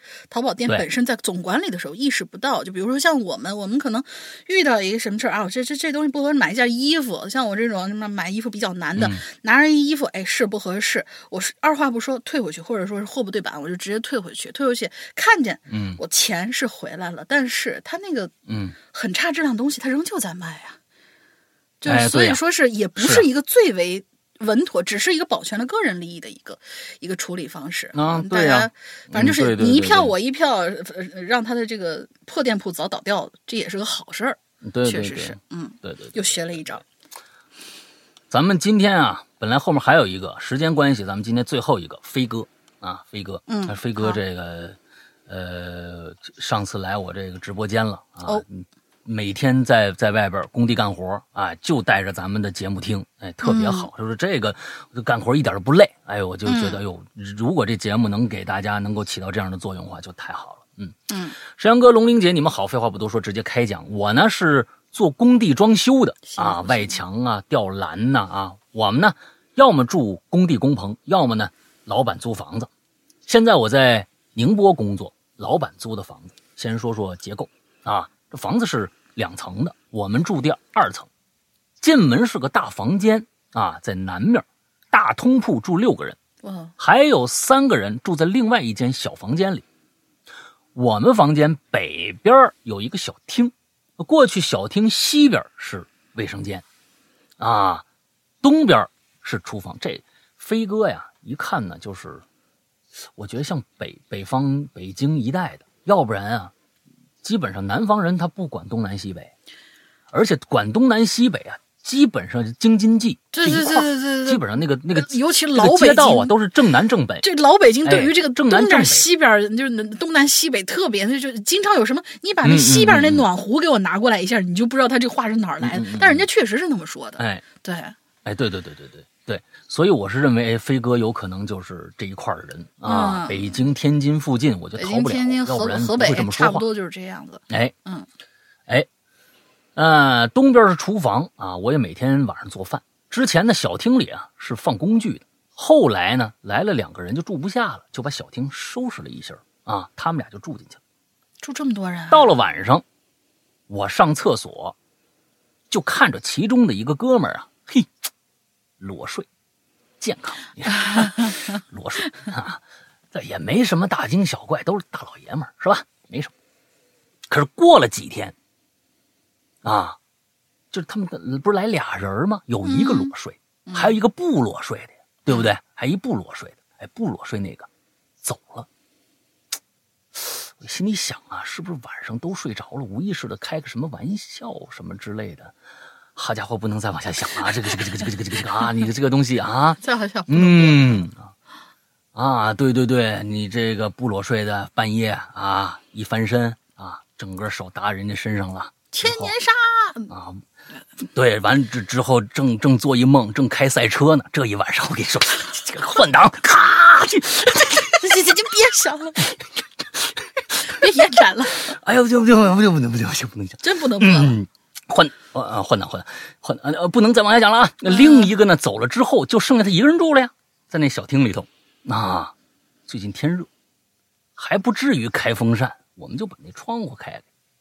淘宝店本身在总管理的时候意识不到。就比如说像我们，我们可能遇到一个什么事儿啊，这这这东西不合适，买一件衣服，像我这种什么买衣服比较难的，嗯、拿着衣服，哎，是不合适，我是二话不说退回去，或者说是货不对版，我就直接退回去，退回去看见，嗯，我钱是回来了，嗯、但是他那个嗯很差质量的东西，他仍旧在卖啊。就所以说是也不是一个最为稳妥，只是一个保全了个人利益的一个一个处理方式。 啊，对呀、啊， 反正就是你一票我一票，嗯、让他的这个破店铺早倒掉，这也是个好事儿。 对， 确实是，嗯， 对对， 又学了一招。 咱们今天啊，本来后面还有一个时间关系，咱们今天最后一个飞哥啊，飞哥， 嗯， 飞哥这个呃，上次来我这个直播间了啊。 哦， 每天在在外边工地干活啊，就带着咱们的节目听，哎，特别好。嗯、就是这个干活一点都不累，哎，我就觉得，哎呦，如果这节目能给大家能够起到这样的作用的话，就太好了。嗯嗯，石阳哥、龙玲姐，你们好，废话不多说，直接开讲。我呢是做工地装修的啊，外墙啊、吊栏呐 啊, 啊，我们呢要么住工地工棚，要么呢老板租房子。现在我在宁波工作，老板租的房子。先说说结构啊。这房子是两层的，我们住第二层。进门是个大房间啊，在南面，大通铺住六个人，还有三个人住在另外一间小房间里。我们房间北边有一个小厅，过去小厅西边是卫生间，啊，东边是厨房。这飞哥呀，一看呢，就是我觉得像北北方北京一带的，要不然啊。基本上南方人他不管东南西北，而且管东南西北啊，基本上是京津冀这一块，基本上那个那个， 尤其老北京、 这个、街道啊都是正南正北。 这老北京对于这个东边西边，哎、就是东南西北特别，就经常有什么，你把那西边那暖壶给我拿过来一下，嗯、你就不知道他这话是哪儿来的。嗯嗯嗯、但人家确实是那么说的。 哎， 对， 哎，对对对对对对，所以我是认为，哎，飞哥有可能就是这一块的人啊，嗯、北京、天津附近，我就逃不了， 天津、 要不然河北会这么说话， 差不多就是这样子。 哎， 嗯， 哎，呃，东边是厨房啊，我也每天晚上做饭。之前的小厅里啊是放工具的，后来呢来了两个人就住不下了，就把小厅收拾了一下啊，他们俩就住进去了。 住这么多人、啊？ 到了晚上，我上厕所，就看着其中的一个哥们儿啊，嘿。裸睡，健康，裸睡啊，这也没什么大惊小怪，都是大老爷们儿，是吧？没什么。可是过了几天，啊，就是他们不是来俩人吗？有一个裸睡，嗯、还有一个不裸睡的，对不对？还一不裸睡的，哎，不裸睡那个走了。我心里想啊，是不是晚上都睡着了，无意识的开个什么玩笑什么之类的？好家伙，不能再往下想啊！这个这个这个这个这个这个这个啊，你的这个东西啊， 再往下， 嗯啊，对对对，你这个不裸睡的半夜啊，一翻身啊，整个手搭人家身上了， 千年杀啊！对，完之之后正正做一梦，正开赛车呢，这一晚上我跟你说，这个换挡，咔，这这这这别想了，别延展了。 哎呦，不行不行不行不行不行不行不能讲， 真不能不能。 嗯换呃换挡换挡换呃不能再往下讲了啊！另一个呢走了之后，就剩下他一个人住了呀，在那小厅里头。啊，最近天热，还不至于开风扇，我们就把那窗户开开。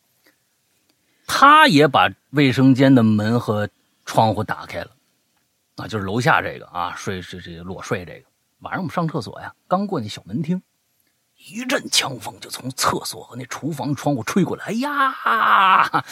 他也把卫生间的门和窗户打开了，啊，就是楼下这个啊，睡这这裸睡这个。晚上我们上厕所呀，刚过那小门厅，一阵强风就从厕所和那厨房窗户吹过来，哎呀！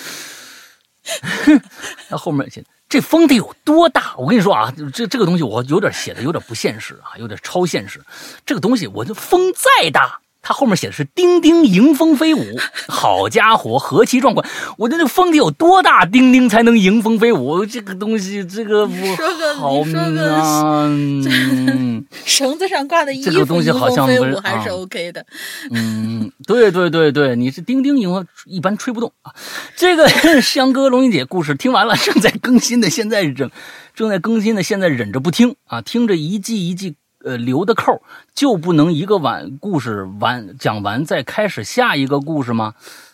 那后面这风得有多大？我跟你说啊，这这个东西我有点写的有点不现实啊，有点超现实。这个东西我就风再大，它后面写的是丁丁迎风飞舞，好家伙，何其壮观！我这个风得有多大，丁丁才能迎风飞舞？这个东西，这个我好啊，嗯，绳子上挂的衣服， 这个东西好像迎风飞舞还是 OK 的。 啊、嗯，对对对对，你是丁丁迎风，一般吹不动啊。这个香哥龙英姐故事听完了，正在更新的，现在忍，正在更新的，现在忍着不听啊，听着一季一季。呃，留的扣就不能一个晚故事完讲完再开始下一个故事吗？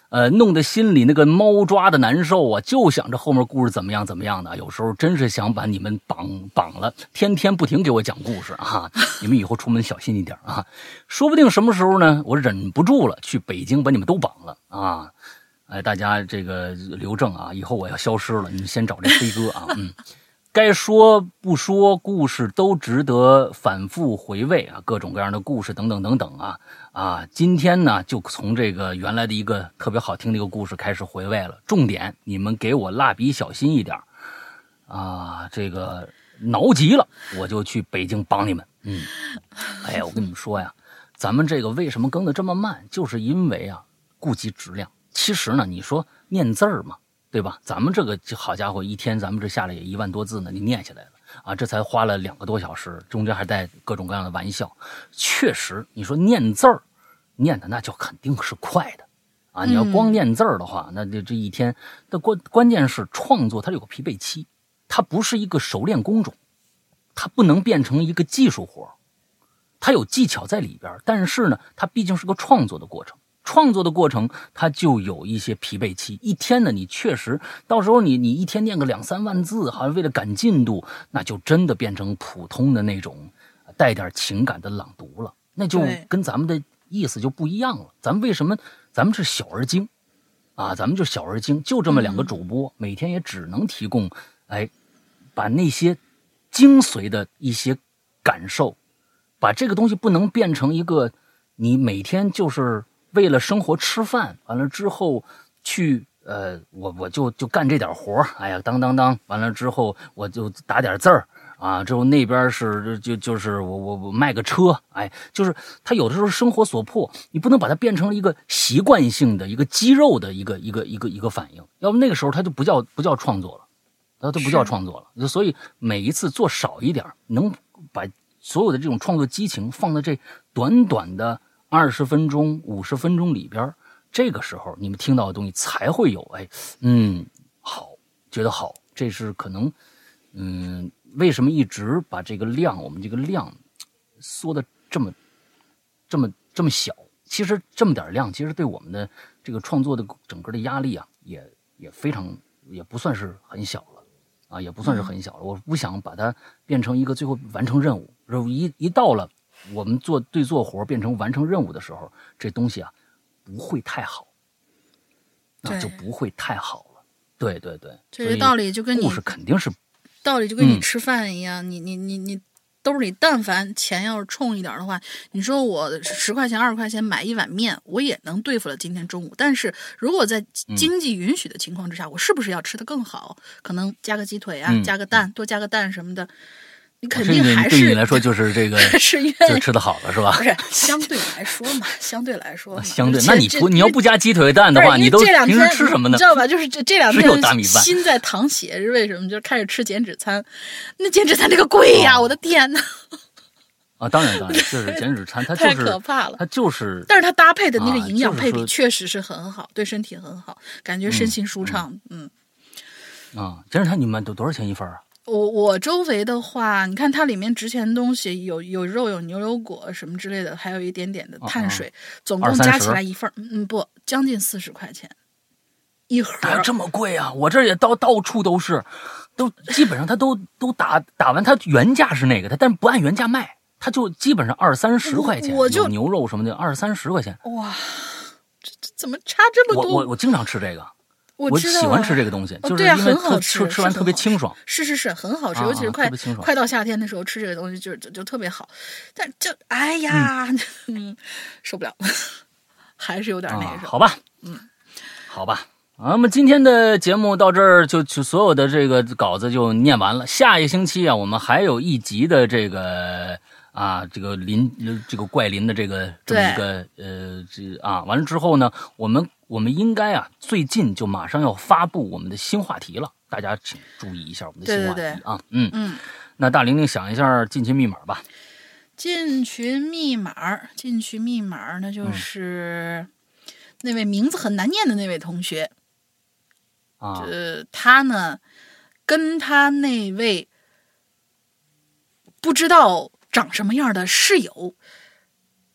呃，弄得心里那个猫抓的难受啊，就想着后面故事怎么样怎么样的。有时候真是想把你们绑绑了，天天不停给我讲故事啊！你们以后出门小心一点啊，说不定什么时候呢，我忍不住了，去北京把你们都绑了啊！哎，大家这个留证啊，以后我要消失了，你们先找这飞哥啊，嗯。该说不说，故事都值得反复回味啊，各种各样的故事等等等等啊啊！今天呢，就从这个原来的一个特别好听的一个故事开始回味了。重点，你们给我蜡笔小新一点啊！这个挠急了，我就去北京帮你们。嗯，哎呀，我跟你们说呀，咱们这个为什么更的这么慢，就是因为啊，顾及质量。其实呢，你说念字儿嘛。对吧？咱们这个好家伙，一天咱们这下来也一万多字呢，你念下来了啊！这才花了两个多小时，中间还带各种各样的玩笑。确实，你说念字儿，念的那就肯定是快的啊！你要光念字儿的话，嗯、那这这一天的关关键是创作，它有个疲惫期，它不是一个熟练工种，它不能变成一个技术活，它有技巧在里边，但是呢，它毕竟是个创作的过程。创作的过程，它就有一些疲惫期。一天呢，你确实到时候你你一天念个两三万字，好像为了赶进度，那就真的变成普通的那种带点情感的朗读了，那就跟咱们的意思就不一样了。咱们为什么咱们是小而精啊？咱们就小而精，就这么两个主播，嗯、每天也只能提供，哎，把那些精髓的一些感受，把这个东西不能变成一个你每天就是为了生活吃饭，完了之后去呃，我我就就干这点活，哎呀，当当当，完了之后我就打点字儿啊，之后那边是就就是我我我卖个车，哎，就是他有的时候生活所迫，你不能把它变成一个习惯性的一个肌肉的一个一个一个一个反应，要不那个时候它就不叫不叫创作了，它都不叫创作了。所以每一次做少一点，能把所有的这种创作激情放在这短短的二十分钟、五十分钟里边，这个时候你们听到的东西才会有，哎，嗯，好，觉得好，这是可能，嗯，为什么一直把这个量，我们这个量缩的这么、这么、这么小？其实这么点量，其实对我们的这个创作的整个的压力啊，也也非常，也不算是很小了。啊，也不算是很小了。我不想把它变成一个最后完成任务，一一到了我们做对做活变成完成任务的时候，这东西啊不会太好，那就不会太好了。对对对， 这个道理就跟你故事肯定是道理就跟你吃饭一样，嗯、你你你你兜里但凡钱要是冲一点的话，你说我十块钱二十块钱买一碗面，我也能对付了今天中午。但是如果在经济允许的情况之下，嗯、我是不是要吃得更好？可能加个鸡腿啊，嗯、加个蛋，多加个蛋什么的，你肯定还是对你来说就是这个是愿意吃得好了是吧？ 不是，相对来说嘛，相对来说嘛， 相对。那你不你要不加鸡腿蛋的话，你都平时吃什么呢？ 你知道吧？就是这这两天心在淌血，是为什么？就开始吃减脂餐，那减脂餐这个贵呀，哦、我的天哪！ 啊，当然当然，就是减脂餐，它就是太可怕了， 它就是， 但是它搭配的那个营养配比确实是很好，啊就是、对身体很好，感觉身心舒畅。嗯， 嗯啊，减脂餐你们都多少钱一份啊？ 我我周围的话，你看它里面值钱的东西有有肉，有牛油果什么之类的，还有一点点的碳水，哦、总共加起来一份，嗯不，将近四十块钱一盒。 哎，这么贵啊！我这也到到处都是，都基本上它都都打打完，它原价是那个，它但是不按原价卖。它就基本上二三十块钱， 我就有牛肉什么的，二三十块钱。 哇，这这怎么差这么多？ 我我我经常吃这个， 我, 我喜欢吃这个东西， 哦、 就是因为它吃吃完特别清爽。 是是是，很好吃， 啊、 尤其是快啊、 快到夏天的时候吃这个东西就就就特别好。但就哎呀，嗯，受不了，还是有点那个、 啊。好吧， 嗯， 好吧。啊，那么今天的节目到这儿就就所有的这个稿子就念完了。下一个星期啊，我们还有一集的这个。啊，这个林这个怪林的这个这么一个呃这啊，完了之后呢，我们我们应该啊，最近就马上要发布我们的新话题了，大家请注意一下我们的新话题对对对啊，嗯嗯， 那大玲玲想一下进群密码吧。 进群密码，进群密码，那就是那位名字很难念的那位同学啊， 呃，他呢跟他那位不知道长什么样的室友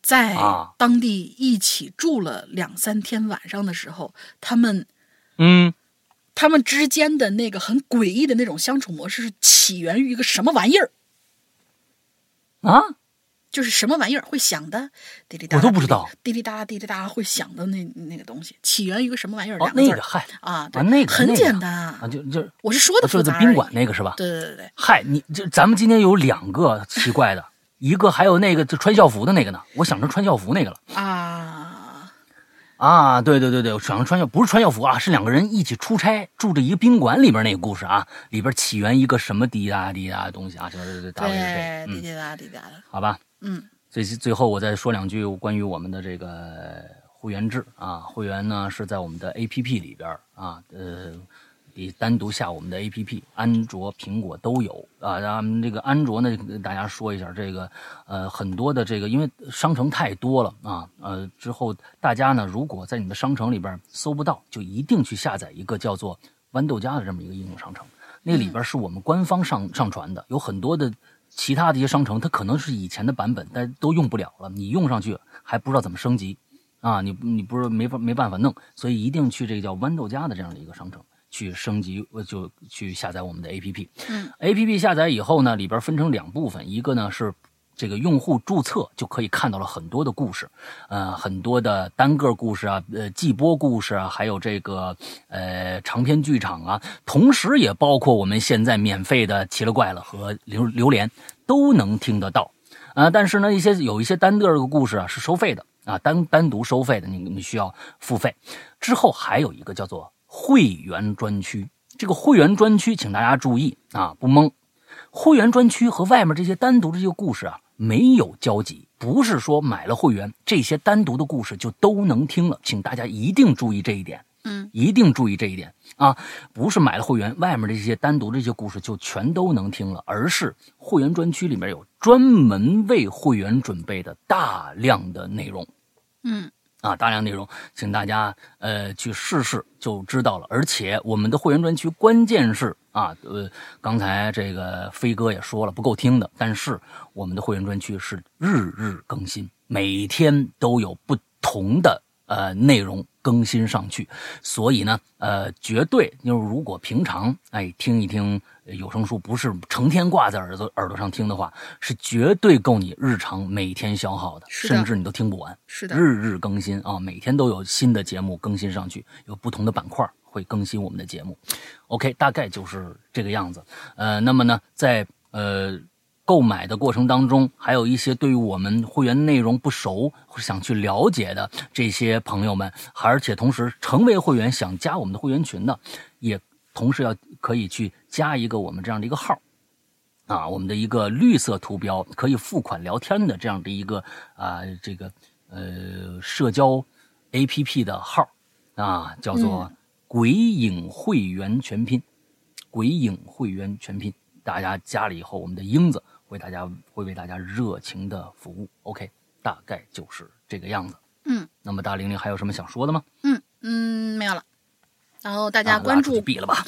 在当地一起住了两三天晚上的时候，他们， 嗯， 他们之间的那个很诡异的那种相处模式是起源于一个什么玩意儿啊？ 就是什么玩意儿会响的，滴滴答， 我都不知道， 滴滴答滴滴答会响的那那个东西，起源于一个什么玩意儿？ 哦， 两个字那个嗨啊，对啊，那个很简单啊，就就我是说的复杂， 宾馆那个是吧？ 对对对对， 嗨，你这咱们今天有两个奇怪的，一个还有那个就穿校服的那个呢，我想成穿校服那个了啊啊，对对对对，我想成穿校不是穿校服啊，是两个人一起出差住着一个宾馆里边那个故事啊，里边起源一个什么滴答滴答的东西啊，就是对对滴滴答滴答的， 好吧， 嗯。 最最后我再说两句关于我们的这个会员制啊，会员呢是在我们的 A P P 里边啊，呃，你单独下我们的 A P P， 安卓、苹果都有啊。咱们这个安卓呢，跟大家说一下，这个呃很多的这个，因为商城太多了啊，呃之后大家呢如果在你的商城里边搜不到，就一定去下载一个叫做豌豆荚的这么一个应用商城，那里边是我们官方上上传的，有很多的。其他的一些商城，它可能是以前的版本，但都用不了了。你用上去还不知道怎么升级，啊，你你不是没法没办法弄，所以一定去这个叫豌豆荚的这样的一个商城去升级，就去下载我们的 A P P。 嗯 ，A P P 下载以后呢，里边分成两部分，一个呢是这个用户注册就可以看到了很多的故事，呃，很多的单个故事啊，呃，季播故事啊，还有这个呃长篇剧场啊，同时也包括我们现在免费的奇了怪了和榴榴莲都能听得到，啊、呃，但是呢，一些有一些单个的故事啊是收费的啊，单单独收费的，你你需要付费。之后还有一个叫做会员专区，这个会员专区，请大家注意啊，不懵。会员专区和外面这些单独的这些故事啊没有交集，不是说买了会员这些单独的故事就都能听了，请大家一定注意这一点， 嗯， 一定注意这一点啊！不是买了会员，外面这些单独的这些故事就全都能听了，而是会员专区里面有专门为会员准备的大量的内容， 嗯。 啊，大量内容，请大家呃去试试就知道了。而且我们的会员专区，关键是啊，呃，刚才这个飞哥也说了不够听的，但是我们的会员专区是日日更新，每天都有不同的呃内容更新上去，所以呢，呃，绝对就是如果平常哎听一听有声书，不是成天挂在耳朵耳朵上听的话，是绝对够你日常每天消耗的， 是的甚至你都听不完。 是的， 日日更新啊，每天都有新的节目更新上去，有不同的板块会更新我们的节目。OK， 大概就是这个样子。呃，那么呢，在呃。购买的过程当中，还有一些对于我们会员内容不熟或想去了解的这些朋友们，而且同时成为会员想加我们的会员群的，也同时要可以去加一个我们这样的一个号啊，我们的一个绿色图标可以付款聊天的这样的一个啊这个呃社交 A P P 的号啊，叫做鬼影会员全拼，鬼影会员全拼。大家加了以后，我们的英子为大家会为大家热情的服务。OK， 大概就是这个样子。 嗯， 那么大玲玲还有什么想说的吗？ 嗯嗯，没有了。然后大家关注， 闭了吧。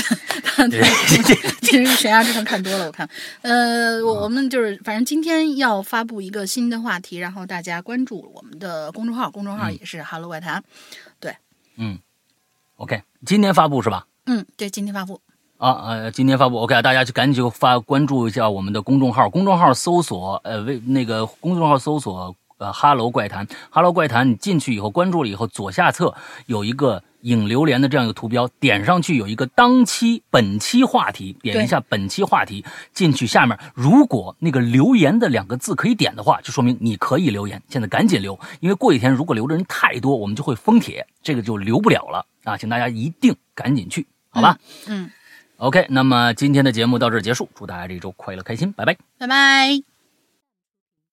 其实悬崖之上看多了，我看。呃，我我们就是反正今天要发布一个新的话题，然后大家关注我们的公众号，公众号也是哈喽外谈。对， 嗯 ，OK， 今天发布是吧？ 嗯，对，今天发布。 啊呃，今天发布 OK， 大家就赶紧就发关注一下我们的公众号，公众号搜索呃为那个公众号搜索呃哈喽怪谈，哈喽怪谈，你进去以后关注了以后，左下侧有一个影榴莲的这样一个图标，点上去有一个当期本期话题，点一下本期话题，进去下面如果那个留言的两个字可以点的话，就说明你可以留言，现在赶紧留，因为过几天如果留的人太多，我们就会封帖，这个就留不了了啊，请大家一定赶紧去，好吧？ 嗯。嗯 OK， 那么今天的节目到这儿结束，祝大家这一周快乐开心，拜拜， 拜拜。